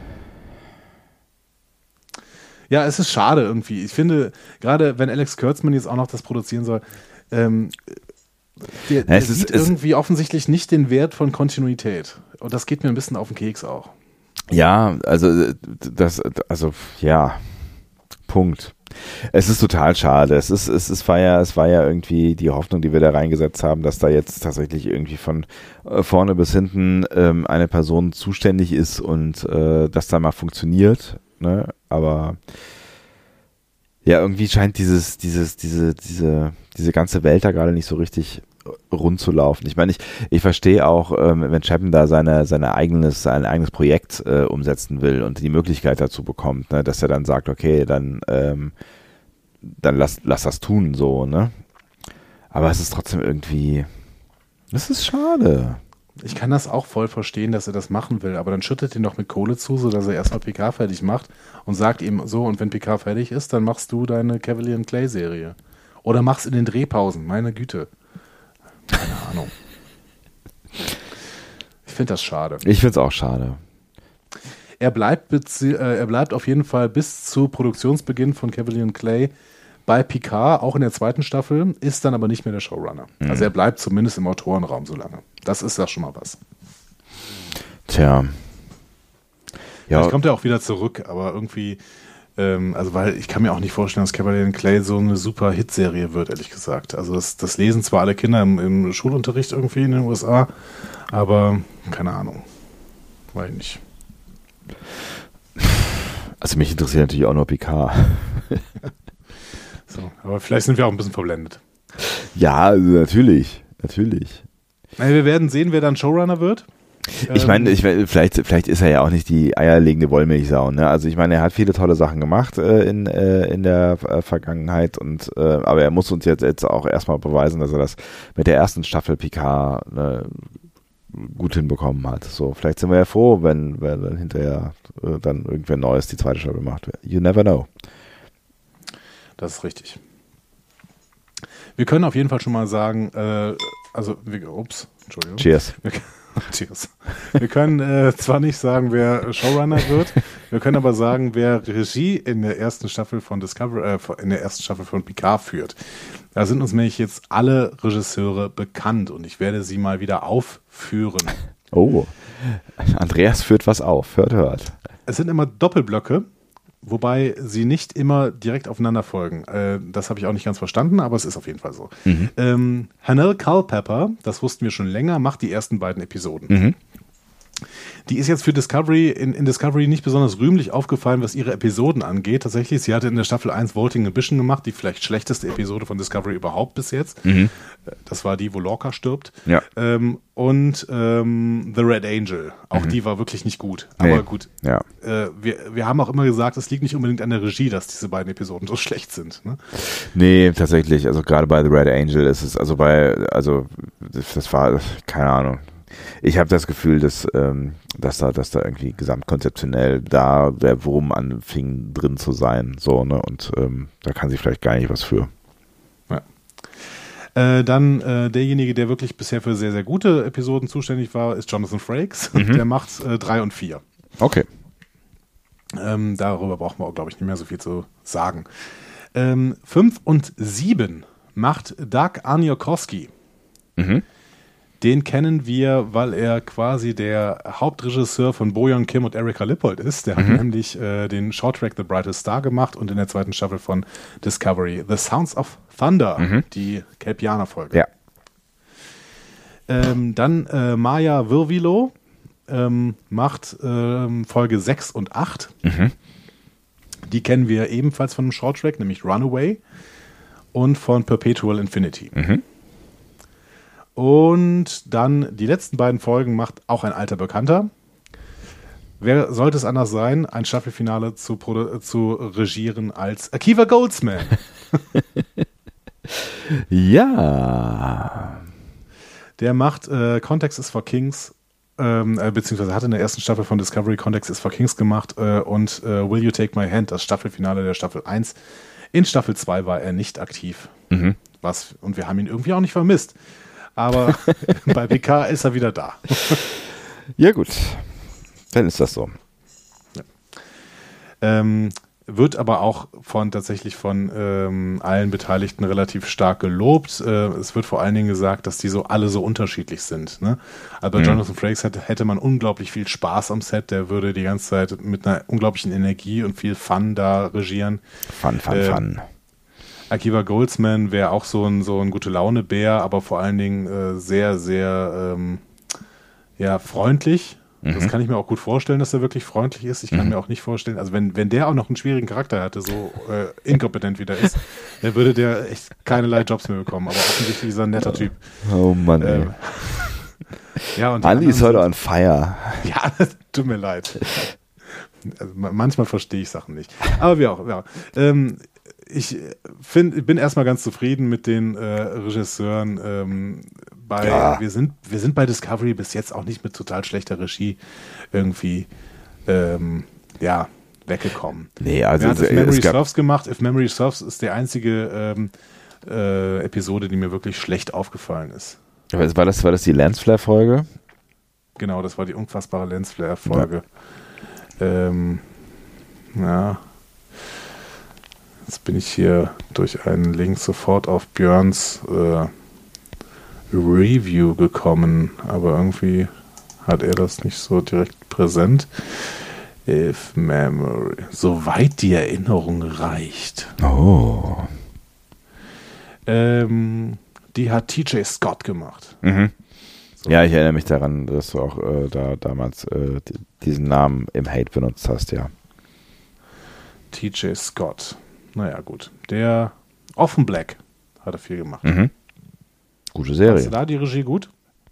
Ja, es ist schade irgendwie. Ich finde, gerade wenn Alex Kurtzman jetzt auch noch das produzieren soll, ähm, der, der ja, sieht ist, irgendwie offensichtlich nicht den Wert von Kontinuität. Und das geht mir ein bisschen auf den Keks auch. Ja, also das, also ja, Punkt. Es ist total schade. Es ist, es ist, war ja, es war ja irgendwie die Hoffnung, die wir da reingesetzt haben, dass da jetzt tatsächlich irgendwie von vorne bis hinten ähm, eine Person zuständig ist und äh, das dann mal funktioniert. Ne? Aber ja, irgendwie scheint dieses, dieses, diese, diese, diese ganze Welt da gerade nicht so richtig rund zu laufen. Ich meine, ich, ich verstehe auch, ähm, wenn Chapman da seine, seine eigenes, sein eigenes Projekt äh, umsetzen will und die Möglichkeit dazu bekommt, ne, dass er dann sagt, okay, dann, ähm, dann lass, lass das tun, so, ne? Aber es ist trotzdem irgendwie, Das ist schade. Ich kann das auch voll verstehen, dass er das machen will, aber dann schüttet ihn doch mit Kohle zu, sodass er erstmal Picard fertig macht und sagt ihm so, und wenn Picard fertig ist, dann machst du deine Cavalier and Clay-Serie. Oder machst in den Drehpausen, meine Güte. Keine Ahnung. Ich finde das schade. Ich finde es auch schade. Er bleibt, bezie- äh, er bleibt auf jeden Fall bis zu Produktionsbeginn von Cavalier and Clay bei Picard, auch in der zweiten Staffel, ist dann aber nicht mehr der Showrunner. Mhm. Also er bleibt zumindest im Autorenraum so lange. Das ist ja schon mal was. Tja. Ja. Vielleicht kommt er auch wieder zurück, aber irgendwie, ähm, also weil ich kann mir auch nicht vorstellen, dass Cavalier and Clay so eine super Hitserie wird, ehrlich gesagt. Also das, das lesen zwar alle Kinder im, im Schulunterricht irgendwie in den U S A, aber keine Ahnung. Weiß ich nicht. Also mich interessiert natürlich auch nur Picard. So, aber vielleicht sind wir auch ein bisschen verblendet. Ja, also natürlich, natürlich. Wir werden sehen, wer dann Showrunner wird. Ich meine, ich, vielleicht, vielleicht ist er ja auch nicht die eierlegende Wollmilchsau. Ne? Also ich meine, er hat viele tolle Sachen gemacht äh, in, äh, in der äh, Vergangenheit, und äh, aber er muss uns jetzt, jetzt auch erstmal beweisen, dass er das mit der ersten Staffel Picard äh, gut hinbekommen hat. So, vielleicht sind wir ja froh, wenn, wenn dann hinterher äh, dann irgendwer Neues die zweite Staffel macht. You never know. Das ist richtig. Wir können auf jeden Fall schon mal sagen, äh, also, wir, ups, Entschuldigung. Cheers. Wir, cheers. Wir können äh, zwar nicht sagen, wer Showrunner wird, wir können aber sagen, wer Regie in der ersten Staffel von Discovery, äh, in der ersten Staffel von Picard führt. Da sind uns nämlich jetzt alle Regisseure bekannt und ich werde sie mal wieder aufführen. Oh, Andreas führt was auf, hört, hört. Es sind immer Doppelblöcke, wobei sie nicht immer direkt aufeinander folgen. Äh, das habe ich auch nicht ganz verstanden, aber es ist auf jeden Fall so. Mhm. Ähm, Hanelle Culpepper, das wussten wir schon länger, macht die ersten beiden Episoden. Mhm. Die ist jetzt für Discovery, in, in Discovery nicht besonders rühmlich aufgefallen, was ihre Episoden angeht. Tatsächlich, sie hatte in der Staffel eins Vaulting Ambition gemacht, die vielleicht schlechteste Episode von Discovery überhaupt bis jetzt. Mhm. Das war die, wo Lorca stirbt. Ja. Ähm, und ähm, The Red Angel, auch mhm. die war wirklich nicht gut. Aber nee. gut, ja. äh, wir, wir haben auch immer gesagt, es liegt nicht unbedingt an der Regie, dass diese beiden Episoden so schlecht sind. Ne? Nee, tatsächlich. Also gerade bei The Red Angel ist es, also bei, also das war, keine Ahnung. Ich habe das Gefühl, dass, ähm, dass da, dass da irgendwie gesamtkonzeptionell da der Wurm anfing drin zu sein, so, ne, und ähm, da kann sie vielleicht gar nicht was für. Ja. Äh, dann äh, derjenige, der wirklich bisher für sehr, sehr gute Episoden zuständig war, ist Jonathan Frakes. Mhm. Der macht äh, drei und vier. Okay. Ähm, darüber brauchen wir auch, glaube ich, nicht mehr so viel zu sagen. Ähm, fünf und sieben macht Doug Arniokoski. Mhm. Den kennen wir, weil er quasi der Hauptregisseur von Bojan Kim und Erika Lippold ist. Der hat mhm. nämlich äh, den Shorttrack The Brightest Star gemacht und in der zweiten Staffel von Discovery The Sounds of Thunder, mhm. die Kelpianer-Folge. Ja. Ähm, dann äh, Maja Virvilo ähm, macht ähm, Folge sechs und acht. Mhm. Die kennen wir ebenfalls von einem Shorttrack, nämlich Runaway und von Perpetual Infinity. Mhm. Und dann die letzten beiden Folgen macht auch ein alter Bekannter. Wer sollte es anders sein, ein Staffelfinale zu, produ- zu regieren als Akiva Goldsman? Ja. Der macht äh, Context is for Kings, ähm, äh, beziehungsweise hat in der ersten Staffel von Discovery Context is for Kings gemacht äh, und äh, Will You Take My Hand, das Staffelfinale der Staffel eins. In Staffel zwei war er nicht aktiv. Mhm. Was, und wir haben ihn irgendwie auch nicht vermisst. Aber bei P K ist er wieder da. Ja gut, dann ist das so. Ja. Ähm, wird aber auch von tatsächlich von ähm, allen Beteiligten relativ stark gelobt. Äh, es wird vor allen Dingen gesagt, dass die so alle so unterschiedlich sind. Ne? Also bei mhm. Jonathan Frakes hätte, hätte man unglaublich viel Spaß am Set. Der würde die ganze Zeit mit einer unglaublichen Energie und viel Fun da regieren. Fun, fun, äh, fun. Akiva Goldsman wäre auch so ein, so ein Gute-Laune-Bär, aber vor allen Dingen äh, sehr, sehr ähm, ja, freundlich. Mhm. Das kann ich mir auch gut vorstellen, dass er wirklich freundlich ist. Ich kann mhm. mir auch nicht vorstellen, also wenn, wenn der auch noch einen schwierigen Charakter hatte, so äh, inkompetent wie der ist, dann würde der echt keinerlei Jobs mehr bekommen. Aber offensichtlich ist er ein netter Typ. Oh Mann, ey. Ähm, ja, und Andi ist heute on fire. Ja, tut mir leid. Also, manchmal verstehe ich Sachen nicht. Aber wie auch, ja. Ähm, Ich find, bin erstmal ganz zufrieden mit den äh, Regisseuren. Ähm, bei, Ja. wir sind, wir sind bei Discovery bis jetzt auch nicht mit total schlechter Regie irgendwie, ähm, ja, weggekommen. Nee, also Wer hat es, If Memory es gab, Serves gemacht? If Memory Serves ist die einzige ähm, äh, Episode, die mir wirklich schlecht aufgefallen ist. war das, war das die Lensflare-Folge? Genau, das war die unfassbare Lensflare-Folge. Ja. Ähm, ja. Jetzt bin ich hier durch einen Link sofort auf Björns äh, Review gekommen, aber irgendwie hat er das nicht so direkt präsent. If Memory, soweit die Erinnerung reicht. Oh. Ähm, die hat T J Scott gemacht. Mhm. So. Ja, ich erinnere mich daran, dass du auch äh, da damals äh, d- diesen Namen im Hate benutzt hast, ja. T J Scott. Naja, gut. Der Offen Black hat er viel gemacht. Mhm. Gute Fandst Serie. du da die Regie gut?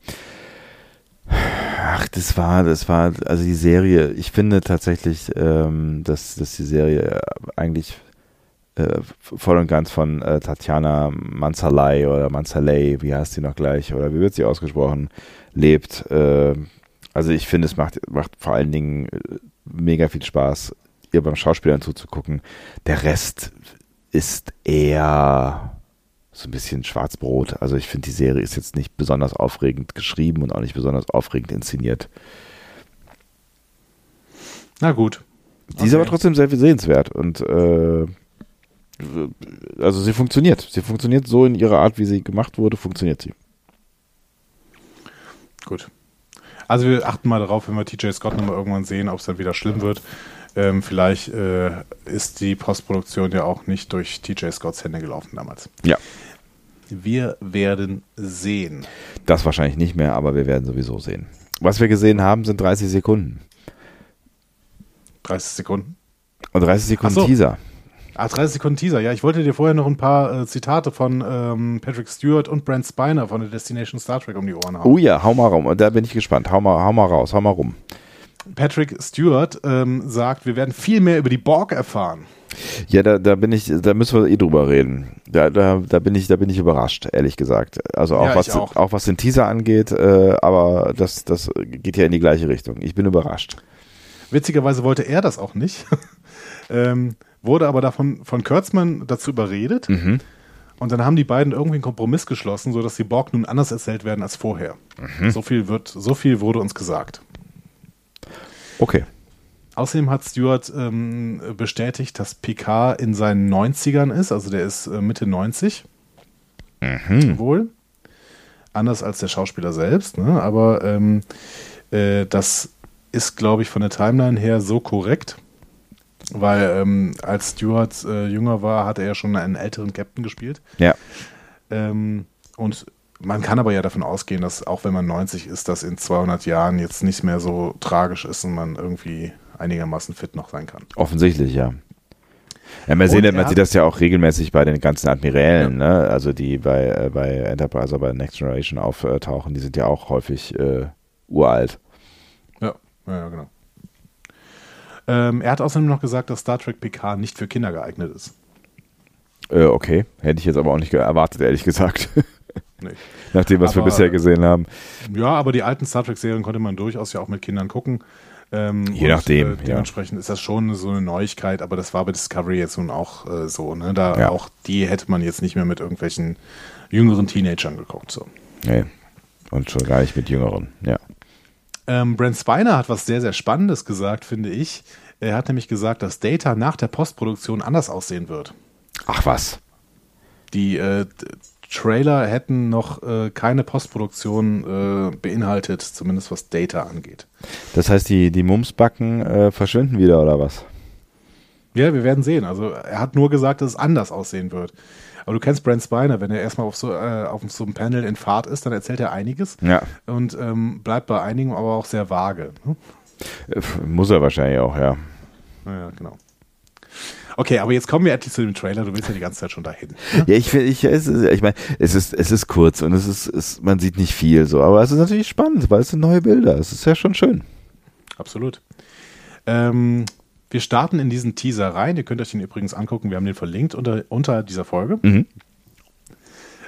Ach, das war, das war, also die Serie, ich finde tatsächlich, ähm, dass, dass die Serie eigentlich äh, voll und ganz von äh, Tatjana Mansalay oder Mansalay, wie heißt sie noch gleich, oder wie wird sie ausgesprochen, lebt. Äh, also ich finde, es macht, macht vor allen Dingen äh, mega viel Spaß, ihr beim Schauspielern zuzugucken. Der Rest ist eher so ein bisschen Schwarzbrot. Also ich finde, die Serie ist jetzt nicht besonders aufregend geschrieben und auch nicht besonders aufregend inszeniert. Na gut. Die ist aber trotzdem sehr sehenswert und äh, also sie funktioniert. Sie funktioniert so in ihrer Art, wie sie gemacht wurde, funktioniert sie. Gut. Also wir achten mal darauf, wenn wir T J Scott nochmal irgendwann sehen, ob es dann wieder schlimm wird. Ähm, vielleicht äh, ist die Postproduktion ja auch nicht durch T J Scotts Hände gelaufen damals. Ja. Wir werden sehen. Das wahrscheinlich nicht mehr, aber wir werden sowieso sehen. Was wir gesehen haben, sind dreißig Sekunden. dreißig Sekunden. Und dreißig Sekunden Ach so. Teaser. Ah, dreißig Sekunden Teaser. Ja, ich wollte dir vorher noch ein paar äh, Zitate von ähm, Patrick Stewart und Brent Spiner von der Destination Star Trek um die Ohren haben. Oh ja, hau mal rum. Und da bin ich gespannt. Hau mal, hau mal raus, hau mal rum. Patrick Stewart ähm, sagt, wir werden viel mehr über die Borg erfahren. Ja, da, da bin ich, da müssen wir eh drüber reden. Da, da, da bin ich, da bin ich überrascht, ehrlich gesagt. Also auch Ja, was, ich auch. auch was den Teaser angeht, äh, aber das, das geht ja in die gleiche Richtung. Ich bin überrascht. Witzigerweise wollte er das auch nicht. ähm, wurde aber davon von Kurtzman dazu überredet. Mhm. Und dann haben die beiden irgendwie einen Kompromiss geschlossen, sodass die Borg nun anders erzählt werden als vorher. Mhm. So viel wird, so viel wurde uns gesagt. Okay. Außerdem hat Stewart ähm, bestätigt, dass Picard in seinen neunzigern ist, also der ist äh, Mitte neunzig Mhm. wohl. Anders als der Schauspieler selbst, ne? Aber ähm, äh, das ist, glaube ich, von der Timeline her so korrekt, weil ähm, als Stewart äh, jünger war, hat er ja schon einen älteren Captain gespielt. Ja. Ähm, und man kann aber ja davon ausgehen, dass auch wenn man neunzig ist, das in zweihundert Jahren jetzt nicht mehr so tragisch ist und man irgendwie einigermaßen fit noch sein kann. Offensichtlich, ja. Ja, man, sehen, er man hat- sieht das ja auch regelmäßig bei den ganzen Admirälen, ne? Also die bei, äh, bei Enterprise oder bei Next Generation auftauchen, die sind ja auch häufig äh, uralt. Ja, ja, ja, genau. Ähm, er hat außerdem noch gesagt, dass Star Trek Picard nicht für Kinder geeignet ist. Äh, okay, hätte ich jetzt aber auch nicht ge- erwartet, ehrlich gesagt. Nee. Nach dem, was wir Aber, bisher äh, gesehen haben. Ja, aber die alten Star Trek-Serien konnte man durchaus ja auch mit Kindern gucken. Ähm, Je und, nachdem, Äh, ja. dementsprechend ist das schon so eine Neuigkeit, aber das war bei Discovery jetzt nun auch äh, so. Ne? Da Ja. auch die hätte man jetzt nicht mehr mit irgendwelchen jüngeren Teenagern geguckt. So. Nee. Und schon gar nicht mit Jüngeren, ja. Ähm, Brent Spiner hat was sehr, sehr Spannendes gesagt, finde ich. Er hat nämlich gesagt, dass Data nach der Postproduktion anders aussehen wird. Ach was. Die äh, d- Trailer hätten noch äh, keine Postproduktion äh, beinhaltet, zumindest was Data angeht. Das heißt, die, die Mumsbacken äh, verschwinden wieder, oder was? Ja, wir werden sehen. Also er hat nur gesagt, dass es anders aussehen wird. Aber du kennst Brent Spiner, wenn er erstmal auf so, äh, auf so einem Panel in Fahrt ist, dann erzählt er einiges Ja. und ähm, bleibt bei einigen aber auch sehr vage. Ne? Äh, Muss er wahrscheinlich auch, ja. Ja, genau. Okay, aber jetzt kommen wir endlich zu dem Trailer. Du willst ja die ganze Zeit schon dahin. Ja, ich finde, ich, es ist- ich meine, es ist, es ist kurz und es ist, es, man sieht nicht viel so, aber es ist natürlich spannend, weil es sind neue Bilder. Es ist ja schon schön. Absolut. Ähm, wir starten in diesen Teaser rein. Ihr könnt euch den übrigens angucken. Wir haben den verlinkt unter, unter dieser Folge. Mhm.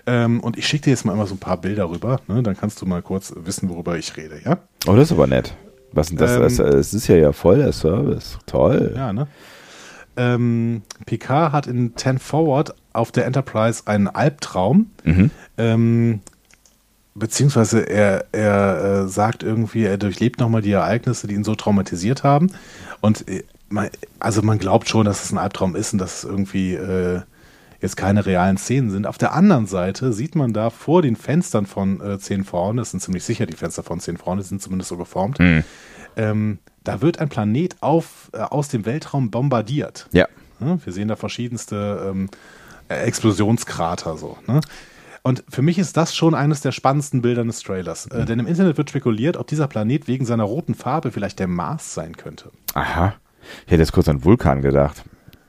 Ähm, und ich schicke dir jetzt mal immer so ein paar Bilder rüber, ne? Dann kannst du mal kurz wissen, worüber ich rede, ja? Oh, das ist aber nett. Was denn das? Ähm, das, das ist ja ja voll der Service. Toll. Ja, ne? Ähm, Picard hat in Ten Forward auf der Enterprise einen Albtraum. Mhm. Ähm, beziehungsweise er, er äh, sagt irgendwie, er durchlebt nochmal die Ereignisse, die ihn so traumatisiert haben. Und äh, man, also man glaubt schon, dass es ein Albtraum ist und dass es irgendwie äh, jetzt keine realen Szenen sind. Auf der anderen Seite sieht man da vor den Fenstern von äh, Zehn Frauen, das sind ziemlich sicher die Fenster von Zehn Frauen, die sind zumindest so geformt, Mhm. ähm, da wird ein Planet auf, äh, aus dem Weltraum bombardiert. Ja. Ja, wir sehen da verschiedenste ähm, Explosionskrater so. Ne? Und für mich ist das schon eines der spannendsten Bilder des Trailers. Äh, denn im Internet wird spekuliert, ob dieser Planet wegen seiner roten Farbe vielleicht der Mars sein könnte. Aha. Ich hätte jetzt kurz an Vulkan gedacht.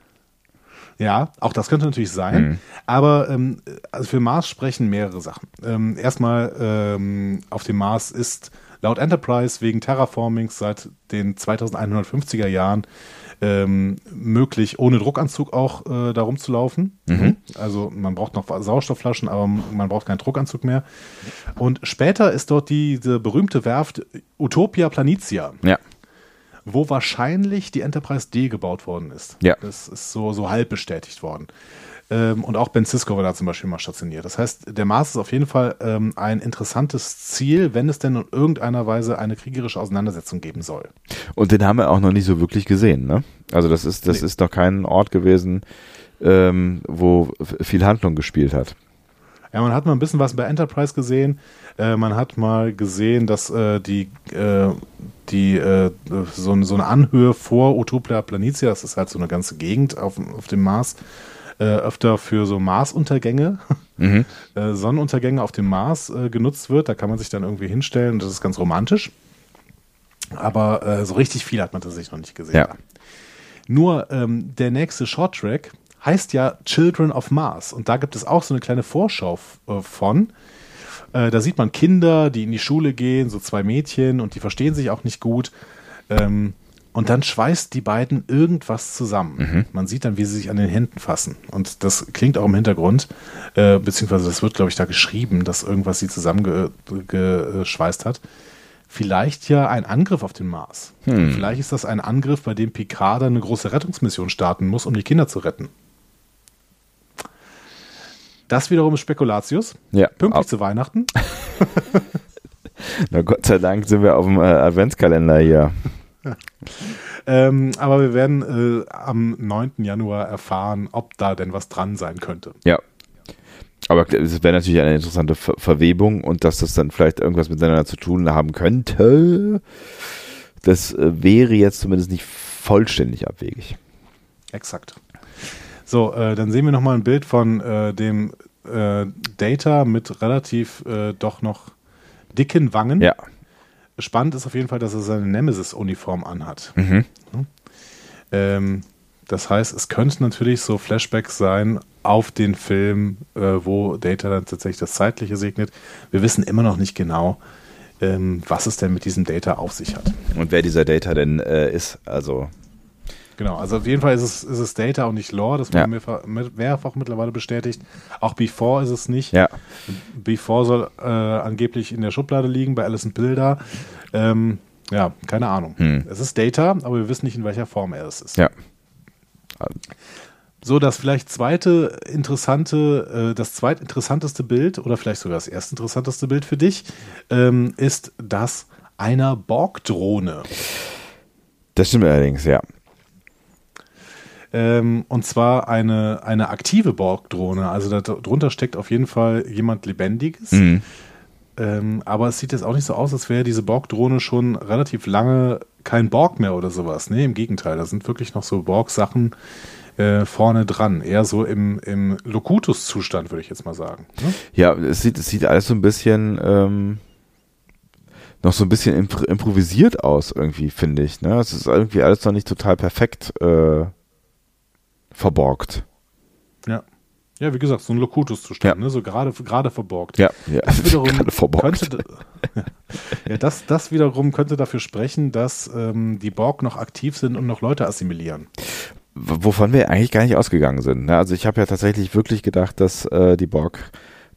Ja, auch das könnte natürlich sein. Mhm. Aber ähm, also für Mars sprechen mehrere Sachen. Ähm, erstmal, ähm, auf dem Mars ist laut Enterprise wegen Terraformings seit den zweitausendeinhundertfünfziger Jahren ähm, möglich, ohne Druckanzug auch äh, da rumzulaufen. Mhm. Also man braucht noch Sauerstoffflaschen, aber man braucht keinen Druckanzug mehr. Und später ist dort diese berühmte Werft Utopia Planitia, Ja. wo wahrscheinlich die Enterprise D gebaut worden ist. Ja. Das ist so, so halb bestätigt worden. Ähm, und auch Ben Sisko war da zum Beispiel mal stationiert. Das heißt, der Mars ist auf jeden Fall ähm, ein interessantes Ziel, wenn es denn in irgendeiner Weise eine kriegerische Auseinandersetzung geben soll. Und den haben wir auch noch nicht so wirklich gesehen, ne? Also das ist, das Nee. ist noch kein Ort gewesen, ähm, wo f- viel Handlung gespielt hat. Ja, man hat mal ein bisschen was bei Enterprise gesehen. Äh, man hat mal gesehen, dass äh, die, äh, die äh, so, so eine Anhöhe vor Utopia Planitia, das ist halt so eine ganze Gegend auf, auf dem Mars, äh, öfter für so Marsuntergänge, Mhm. äh, Sonnenuntergänge auf dem Mars äh, genutzt wird. Da kann man sich dann irgendwie hinstellen und das ist ganz romantisch. Aber äh, so richtig viel hat man tatsächlich noch nicht gesehen. Ja. Nur ähm, der nächste Shorttrack heißt ja Children of Mars. Und da gibt es auch so eine kleine Vorschau äh, von. Äh, da sieht man Kinder, die in die Schule gehen, so zwei Mädchen, und die verstehen sich auch nicht gut. Ähm, und dann schweißt die beiden irgendwas zusammen. Mhm. Man sieht dann, wie sie sich an den Händen fassen. Und das klingt auch im Hintergrund, äh, beziehungsweise das wird, glaube ich, da geschrieben, dass irgendwas sie zusammengeschweißt hat. Vielleicht ja ein Angriff auf den Mars. Hm. Vielleicht ist das ein Angriff, bei dem Picard dann eine große Rettungsmission starten muss, um die Kinder zu retten. Das wiederum ist Spekulatius. Ja. Pünktlich zu Weihnachten. Na Gott sei Dank sind wir auf dem äh, Adventskalender hier. Ähm, aber wir werden äh, am neunten Januar erfahren, ob da denn was dran sein könnte. Ja. Aber es wäre natürlich eine interessante Ver Verwebung und dass das dann vielleicht irgendwas miteinander zu tun haben könnte, das äh, wäre jetzt zumindest nicht vollständig abwegig. Exakt. So, äh, dann sehen wir nochmal ein Bild von äh, dem äh, Data mit relativ äh, doch noch dicken Wangen. Ja. Spannend ist auf jeden Fall, dass er seine Nemesis-Uniform anhat. Mhm. Ähm, das heißt, es könnte natürlich so Flashbacks sein auf den Film, äh, wo Data dann tatsächlich das Zeitliche segnet. Wir wissen immer noch nicht genau, ähm, was es denn mit diesem Data auf sich hat. Und wer dieser Data denn äh, ist, also Genau, also auf jeden Fall ist es, ist es Data und nicht Lore, das wurde Ja. mehrfach, mehrfach mittlerweile bestätigt. Auch Before ist es nicht. ja. Before soll äh, angeblich in der Schublade liegen, bei Alison Pilder. Ähm, ja, keine Ahnung. Hm. Es ist Data, aber wir wissen nicht, in welcher Form er es ist. Ja. So, das vielleicht zweite interessante, äh, das zweitinteressanteste Bild oder vielleicht sogar das erste interessanteste Bild für dich ähm, ist das einer Borg-Drohne. Das stimmt allerdings, ja. Ähm, und zwar eine, eine aktive Borg-Drohne. Also darunter steckt auf jeden Fall jemand Lebendiges. Mhm. Ähm, aber es sieht jetzt auch nicht so aus, als wäre diese Borg-Drohne schon relativ lange kein Borg mehr oder sowas. Nee, im Gegenteil. Da sind wirklich noch so Borg-Sachen äh, vorne dran. Eher so im, im Locutus-Zustand, würde ich jetzt mal sagen. Ne? Ja, es sieht, es sieht alles so ein bisschen ähm, noch so ein bisschen impro improvisiert aus irgendwie, finde ich. Ne? Es ist irgendwie alles noch nicht total perfekt äh, verborgt. Ja. Ja, wie gesagt, so ein Locutus-Zustand, Ja. ne? So gerade gerade verborgt. Ja, ja. Das wiederum Gerade verborgt. könnte, ja, das, das wiederum könnte dafür sprechen, dass ähm, die Borg noch aktiv sind und noch Leute assimilieren. W- Wovon wir eigentlich gar nicht ausgegangen sind. Ne? Also ich habe ja tatsächlich wirklich gedacht, dass äh, die Borg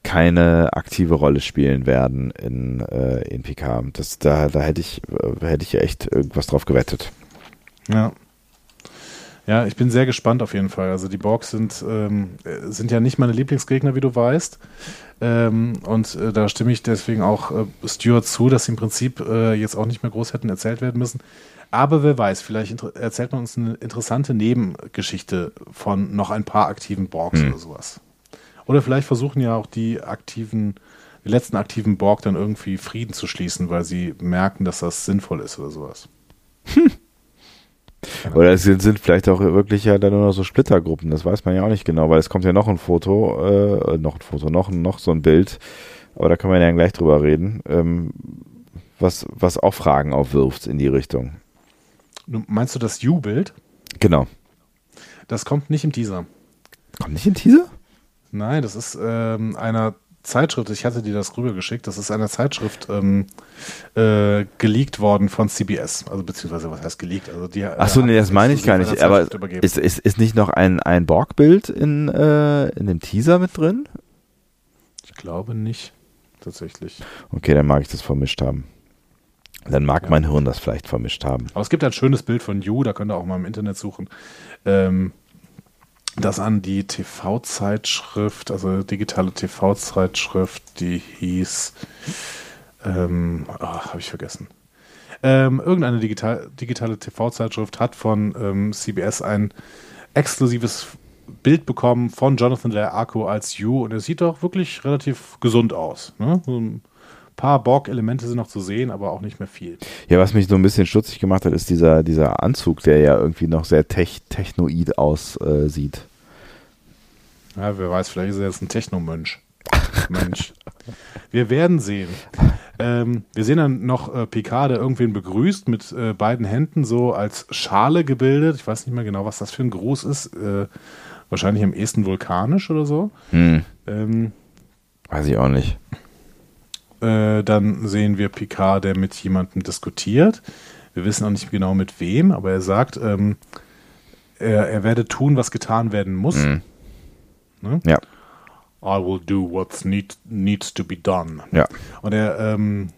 keine aktive Rolle spielen werden in, äh, in P K. Das, da, da hätte ich, äh, hätte ich ja echt irgendwas drauf gewettet. Ja. Ja, ich bin sehr gespannt auf jeden Fall. Also die Borgs sind, ähm, sind ja nicht meine Lieblingsgegner, wie du weißt. Ähm, und äh, da stimme ich deswegen auch äh, Stuart zu, dass sie im Prinzip äh, jetzt auch nicht mehr groß hätten erzählt werden müssen. Aber wer weiß, vielleicht inter- erzählt man uns eine interessante Nebengeschichte von noch ein paar aktiven Borgs Hm. oder sowas. Oder vielleicht versuchen ja auch die aktiven, die letzten aktiven Borg dann irgendwie Frieden zu schließen, weil sie merken, dass das sinnvoll ist oder sowas. Hm. Oder es sind, sind vielleicht auch wirklich ja dann nur noch so Splittergruppen, das weiß man ja auch nicht genau, weil es kommt ja noch ein Foto, äh, noch ein Foto, noch, noch so ein Bild, aber da können wir ja gleich drüber reden, ähm, was, was auch Fragen aufwirft in die Richtung. Du, meinst du das U-Bild? Genau. Das kommt nicht im Teaser. Kommt nicht im Teaser? Nein, das ist ähm, einer Zeitschrift, ich hatte dir das rübergeschickt, das ist einer Zeitschrift ähm, äh, geleakt worden von C B S, also beziehungsweise was heißt geleakt? Also die, Achso, nee, das meine ich gar nicht, aber ist, ist, ist nicht noch ein, ein Borg-Bild in, äh, in dem Teaser mit drin? Ich glaube nicht, tatsächlich. Okay, dann mag ich das vermischt haben. Dann mag Ja. mein Hirn das vielleicht vermischt haben. Aber es gibt ein schönes Bild von You, da könnt ihr auch mal im Internet suchen, ähm, das an die T V-Zeitschrift, also digitale T V-Zeitschrift, die hieß, ähm, oh, habe ich vergessen. Ähm, irgendeine digital, digitale T V-Zeitschrift hat von ähm, C B S ein exklusives Bild bekommen von Jonathan D'Arco als You und er sieht doch wirklich relativ gesund aus. Ne? So ein paar Borg-Elemente sind noch zu sehen, aber auch nicht mehr viel. Ja, was mich so ein bisschen stutzig gemacht hat, ist dieser, dieser Anzug, der ja irgendwie noch sehr tech, technoid aussieht. Ja, wer weiß, vielleicht ist er jetzt ein Technomönch. Mensch. Wir werden sehen. Ähm, wir sehen dann noch äh, Picard, der irgendwen begrüßt, mit äh, beiden Händen so als Schale gebildet. Ich weiß nicht mehr genau, was das für ein Gruß ist. Äh, wahrscheinlich am ehesten vulkanisch oder so. Hm. Ähm, Weiß ich auch nicht. Äh, dann sehen wir Picard, der mit jemandem diskutiert. Wir wissen auch nicht genau mit wem, aber er sagt, ähm, er, er werde tun, was getan werden muss. Mhm. Ne? Ja. I will do what need, needs to be done. Ja. Und er, ähm,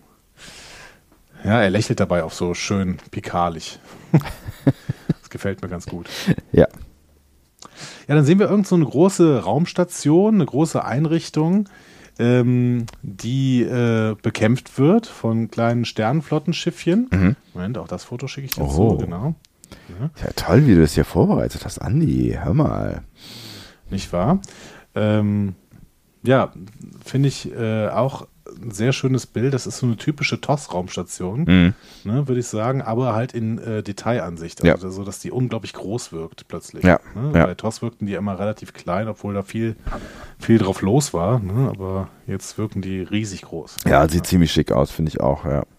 ja, er lächelt dabei auch so schön pikarlich. Das gefällt mir ganz gut. Ja. Ja, dann sehen wir irgend so eine große Raumstation, eine große Einrichtung, ähm, die äh, bekämpft wird von kleinen Sternenflottenschiffchen. Mhm. Moment, auch das Foto schicke ich dir Oh. zu, genau. Ja, Ja, toll, wie du das hier vorbereitet hast, Andi. Hör mal. nicht wahr? Ähm, ja, finde ich äh, auch ein sehr schönes Bild. Das ist so eine typische T O S-Raumstation, Mhm. ne, würde ich sagen, aber halt in äh, Detailansicht. Ja. Also so, dass die unglaublich groß wirkt plötzlich. Ja, Ne? ja. Bei T O S wirkten die immer relativ klein, obwohl da viel, viel drauf los war. Ne? Aber jetzt wirken die riesig groß. Ja, sieht ziemlich schick aus, finde ich auch, ja.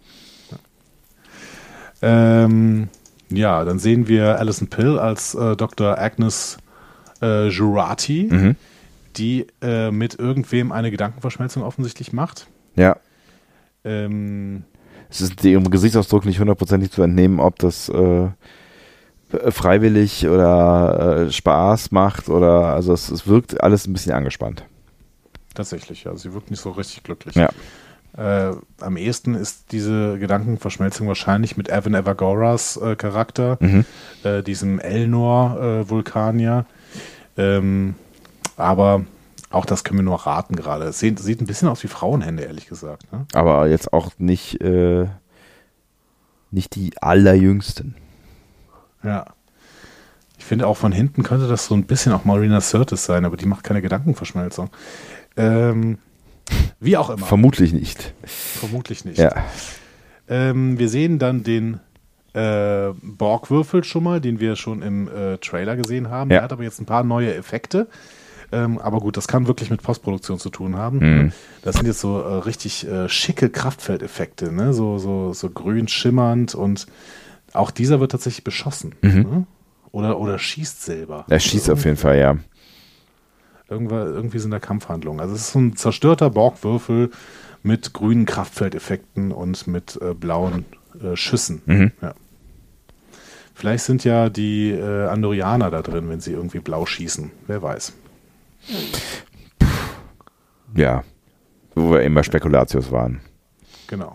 Ähm, ja, dann sehen wir Alison Pill als äh, Doktor Agnes äh, Jurati, Mhm. die äh, mit irgendwem eine Gedankenverschmelzung offensichtlich macht. Ja. Ähm, Es ist ihrem Gesichtsausdruck nicht hundertprozentig zu entnehmen, ob das äh, freiwillig oder äh, Spaß macht oder, also es, es wirkt alles ein bisschen angespannt. tatsächlich, ja, sie wirkt nicht so richtig glücklich. Ja. Äh, am ehesten ist diese Gedankenverschmelzung wahrscheinlich mit Evan Evagoras äh, Charakter, Mhm. äh, diesem Elnor-Vulkanier. Ähm, aber auch das können wir nur raten gerade. Es sieht, sieht ein bisschen aus wie Frauenhände, ehrlich gesagt. Ne? Aber jetzt auch nicht, äh, nicht die allerjüngsten. Ja. Ich finde auch von hinten könnte das so ein bisschen auch Marina Sirtis sein, aber die macht keine Gedankenverschmelzung. Ähm, wie auch immer. Vermutlich nicht. Vermutlich nicht. Ja. Ähm, wir sehen dann den äh, Borgwürfel schon mal, den wir schon im äh, Trailer gesehen haben. Ja. Der hat aber jetzt ein paar neue Effekte. Ähm, aber gut, das kann wirklich mit Postproduktion zu tun haben. Mhm. Das sind jetzt so äh, richtig äh, schicke Kraftfeldeffekte, ne? so, so, so grün schimmernd und auch dieser wird tatsächlich beschossen. Mhm. Ne? Oder, oder schießt selber. Er schießt Also auf jeden Fall, ja. Irgendwie, irgendwie sind da Kampfhandlungen. Also es ist so ein zerstörter Borgwürfel mit grünen Kraftfeldeffekten und mit äh, blauen äh, Schüssen. Mhm. Ja. Vielleicht sind ja die äh, Andorianer da drin, wenn sie irgendwie blau schießen. Wer weiß. Ja, Wo wir eben bei Spekulatius waren. Genau.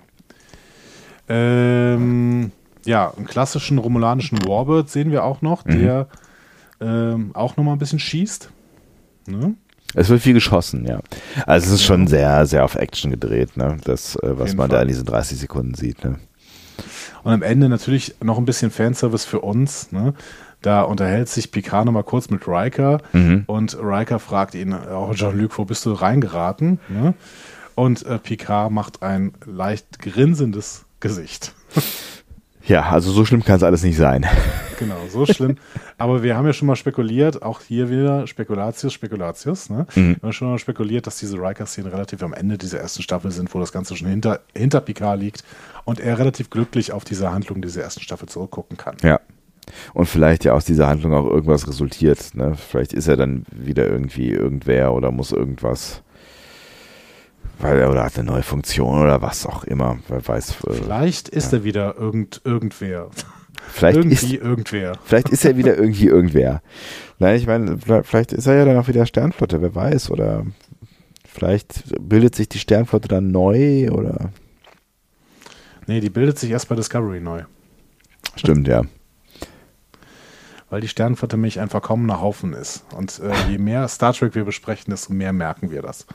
Ähm, ja, einen klassischen romulanischen Warbird sehen wir auch noch, Mhm. der ähm, auch nochmal ein bisschen schießt. Ne? Es wird viel geschossen, ja. Also es ist schon sehr, sehr auf Action gedreht, ne? Das, äh, was jeden man Fall. da in diesen dreißig Sekunden sieht, ne? Und am Ende natürlich noch ein bisschen Fanservice für uns. Ne? Da unterhält sich Picard nochmal kurz mit Riker Mhm. und Riker fragt ihn, oh Jean-Luc, wo bist du reingeraten? Ne? Und äh, Picard macht ein leicht grinsendes Gesicht. Ja, also so schlimm kann es alles nicht sein. Genau, so schlimm. Aber wir haben ja schon mal spekuliert, auch hier wieder Spekulatius, Spekulatius. Ne? Mhm. Wir haben schon mal spekuliert, dass diese Riker-Szenen relativ am Ende dieser ersten Staffel sind, wo das Ganze schon hinter, hinter Picard liegt und er relativ glücklich auf diese Handlung dieser ersten Staffel zurückgucken kann. Ja. Und vielleicht ja aus dieser Handlung auch irgendwas resultiert, ne? Vielleicht ist er dann wieder irgendwie irgendwer oder muss irgendwas, weil er oder hat eine neue Funktion oder was auch immer. Wer weiß. Äh, Vielleicht ist ja. er wieder irgend, irgendwer. Vielleicht Irgendwie ist, irgendwer. vielleicht ist er wieder irgendwie irgendwer. Nein, ich meine, vielleicht ist er ja dann auch wieder Sternflotte, wer weiß. Oder vielleicht bildet sich die Sternflotte dann neu oder. Nee, die bildet sich erst bei Discovery neu. Stimmt, ja. Weil die Sternenflotte nämlich ein verkommener Haufen ist. Und äh, je mehr Star Trek wir besprechen, desto mehr merken wir das.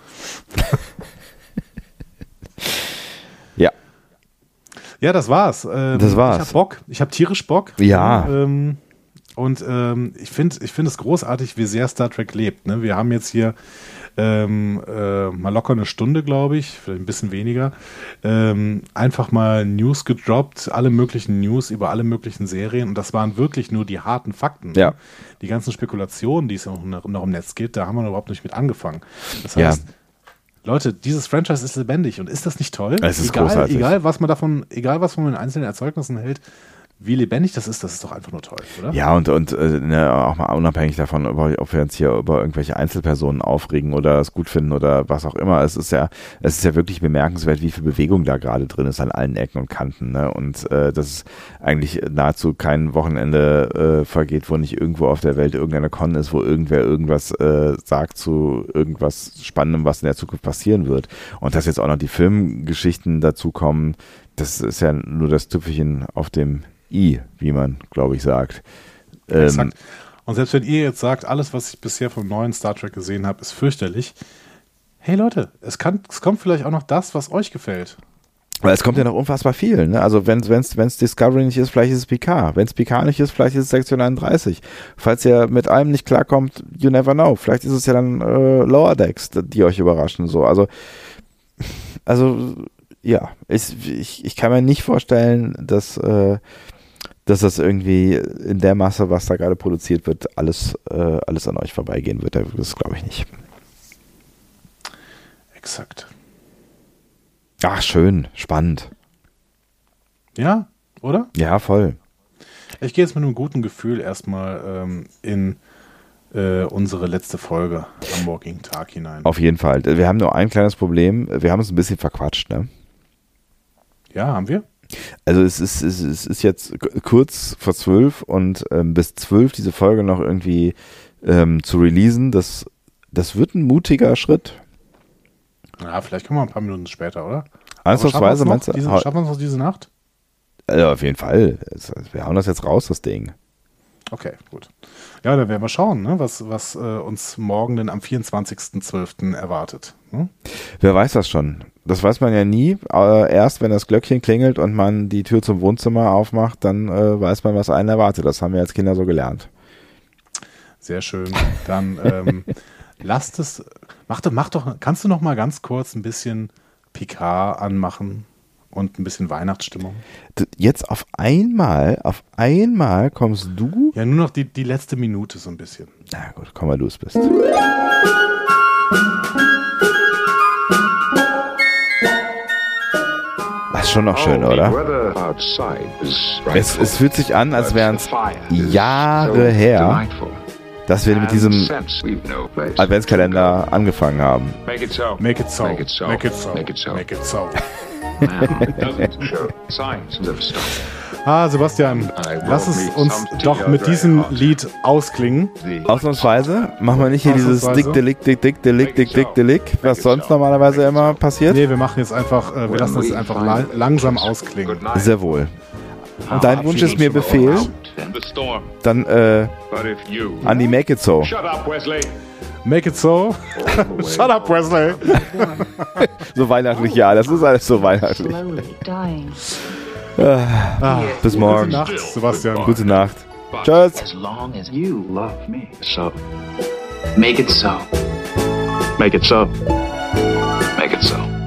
Ja. Ja, das war's. Ähm, Das war's. Ich hab Bock. Ich hab tierisch Bock. Ja. Ähm, und ähm, ich finde ich find es großartig, wie sehr Star Trek lebt. Ne? Wir haben jetzt hier ähm, äh, mal locker eine Stunde, glaube ich, vielleicht ein bisschen weniger, ähm, einfach mal News gedroppt, alle möglichen News über alle möglichen Serien. Und das waren wirklich nur die harten Fakten. Ja. Die ganzen Spekulationen, die es noch, noch im Netz gibt, da haben wir überhaupt nicht mit angefangen. Das Ja. heißt, Leute, dieses Franchise ist lebendig und ist das nicht toll? Es ist egal, großartig. egal, was man davon, egal was man mit den einzelnen Erzeugnissen hält, wie lebendig das ist, das ist doch einfach nur toll, oder? Ja, und, und äh, ne, auch mal unabhängig davon, ob wir uns hier über irgendwelche Einzelpersonen aufregen oder es gut finden oder was auch immer. Es ist ja, es ist ja wirklich bemerkenswert, wie viel Bewegung da gerade drin ist an allen Ecken und Kanten. Ne? Und äh, dass es eigentlich nahezu kein Wochenende äh, vergeht, wo nicht irgendwo auf der Welt irgendeine Con ist, wo irgendwer irgendwas äh, sagt zu irgendwas Spannendem, was in der Zukunft passieren wird. Und dass jetzt auch noch die Filmgeschichten dazu kommen, das ist ja nur das Tüpfelchen auf dem I, wie man, glaube ich, sagt. Ähm, Exakt. Und selbst wenn ihr jetzt sagt, alles, was ich bisher vom neuen Star Trek gesehen habe, ist fürchterlich. Hey Leute, es, kann, es kommt vielleicht auch noch das, was euch gefällt. weil es kommt ja noch unfassbar viel. Ne? Also wenn es Discovery nicht ist, vielleicht ist es Picard. Wenn es Picard nicht ist, vielleicht ist es Sektion einunddreißig. Falls ihr mit allem nicht klarkommt, you never know. Vielleicht ist es ja dann äh, Lower Decks, die euch überraschen. So. Also, also ja, ich, ich, ich kann mir nicht vorstellen, dass äh, dass das irgendwie in der Masse, was da gerade produziert wird, alles, äh, alles an euch vorbeigehen wird. Das glaube ich nicht. Exakt. Ach, schön, spannend. Ja, oder? Ja, voll. Ich gehe jetzt mit einem guten Gefühl erstmal ähm, in äh, unsere letzte Folge am morgigen Tag hinein. Auf jeden Fall. Wir haben nur ein kleines Problem. Wir haben uns ein bisschen verquatscht, ne? Ja, haben wir? Also es ist, es ist, es ist jetzt kurz vor zwölf und ähm, bis zwölf diese Folge noch irgendwie ähm, zu releasen, das, das wird ein mutiger Schritt. Ja, vielleicht kommen wir ein paar Minuten später, oder? Ernsthaftweise meinst du? Diese, schaffen wir uns noch diese Nacht? Also auf jeden Fall. Wir hauen das jetzt raus, das Ding. Okay, gut. Ja, dann werden wir schauen, ne, was, was äh, uns morgen denn am vierundzwanzigsten zwölften erwartet. Ne? Wer weiß das schon? Das weiß man ja nie. Äh, erst wenn das Glöckchen klingelt und man die Tür zum Wohnzimmer aufmacht, dann äh, weiß man, was einen erwartet. Das haben wir als Kinder so gelernt. Sehr schön. Dann ähm, lasst es, mach doch, mach doch, kannst du noch mal ganz kurz ein bisschen Picard anmachen und ein bisschen Weihnachtsstimmung? Jetzt auf einmal, auf einmal kommst du. Ja, nur noch die, die letzte Minute so ein bisschen. Na gut, komm, weil du es bist. Das ist schon noch schön, oder? Es, es fühlt sich an, als wären es Jahre her, dass wir mit diesem Adventskalender angefangen haben. Make it so. Make it so. Make it so. Make it so. Make it so. Make it so. Ah, Sebastian, lass es uns doch mit diesem Lied ausklingen. Ausnahmsweise machen wir nicht hier dieses Dick, Delick, Dick, Dick, Delick, Dick, Dick, Delick, was sonst normalerweise immer passiert. Nee, wir machen jetzt einfach, äh, wir lassen es einfach la- langsam ausklingen. Sehr wohl. Und dein Wunsch ist mir Befehl, dann äh, an die Make It So. Make it so. Shut up, Wesley. So weihnachtlich, ja, das ist alles so weihnachtlich. Ah, bis morgen. Gute Nacht, Sebastian. Gute Nacht. Tschüss. As long as you love me. So, make it so. Make it so. Make it so.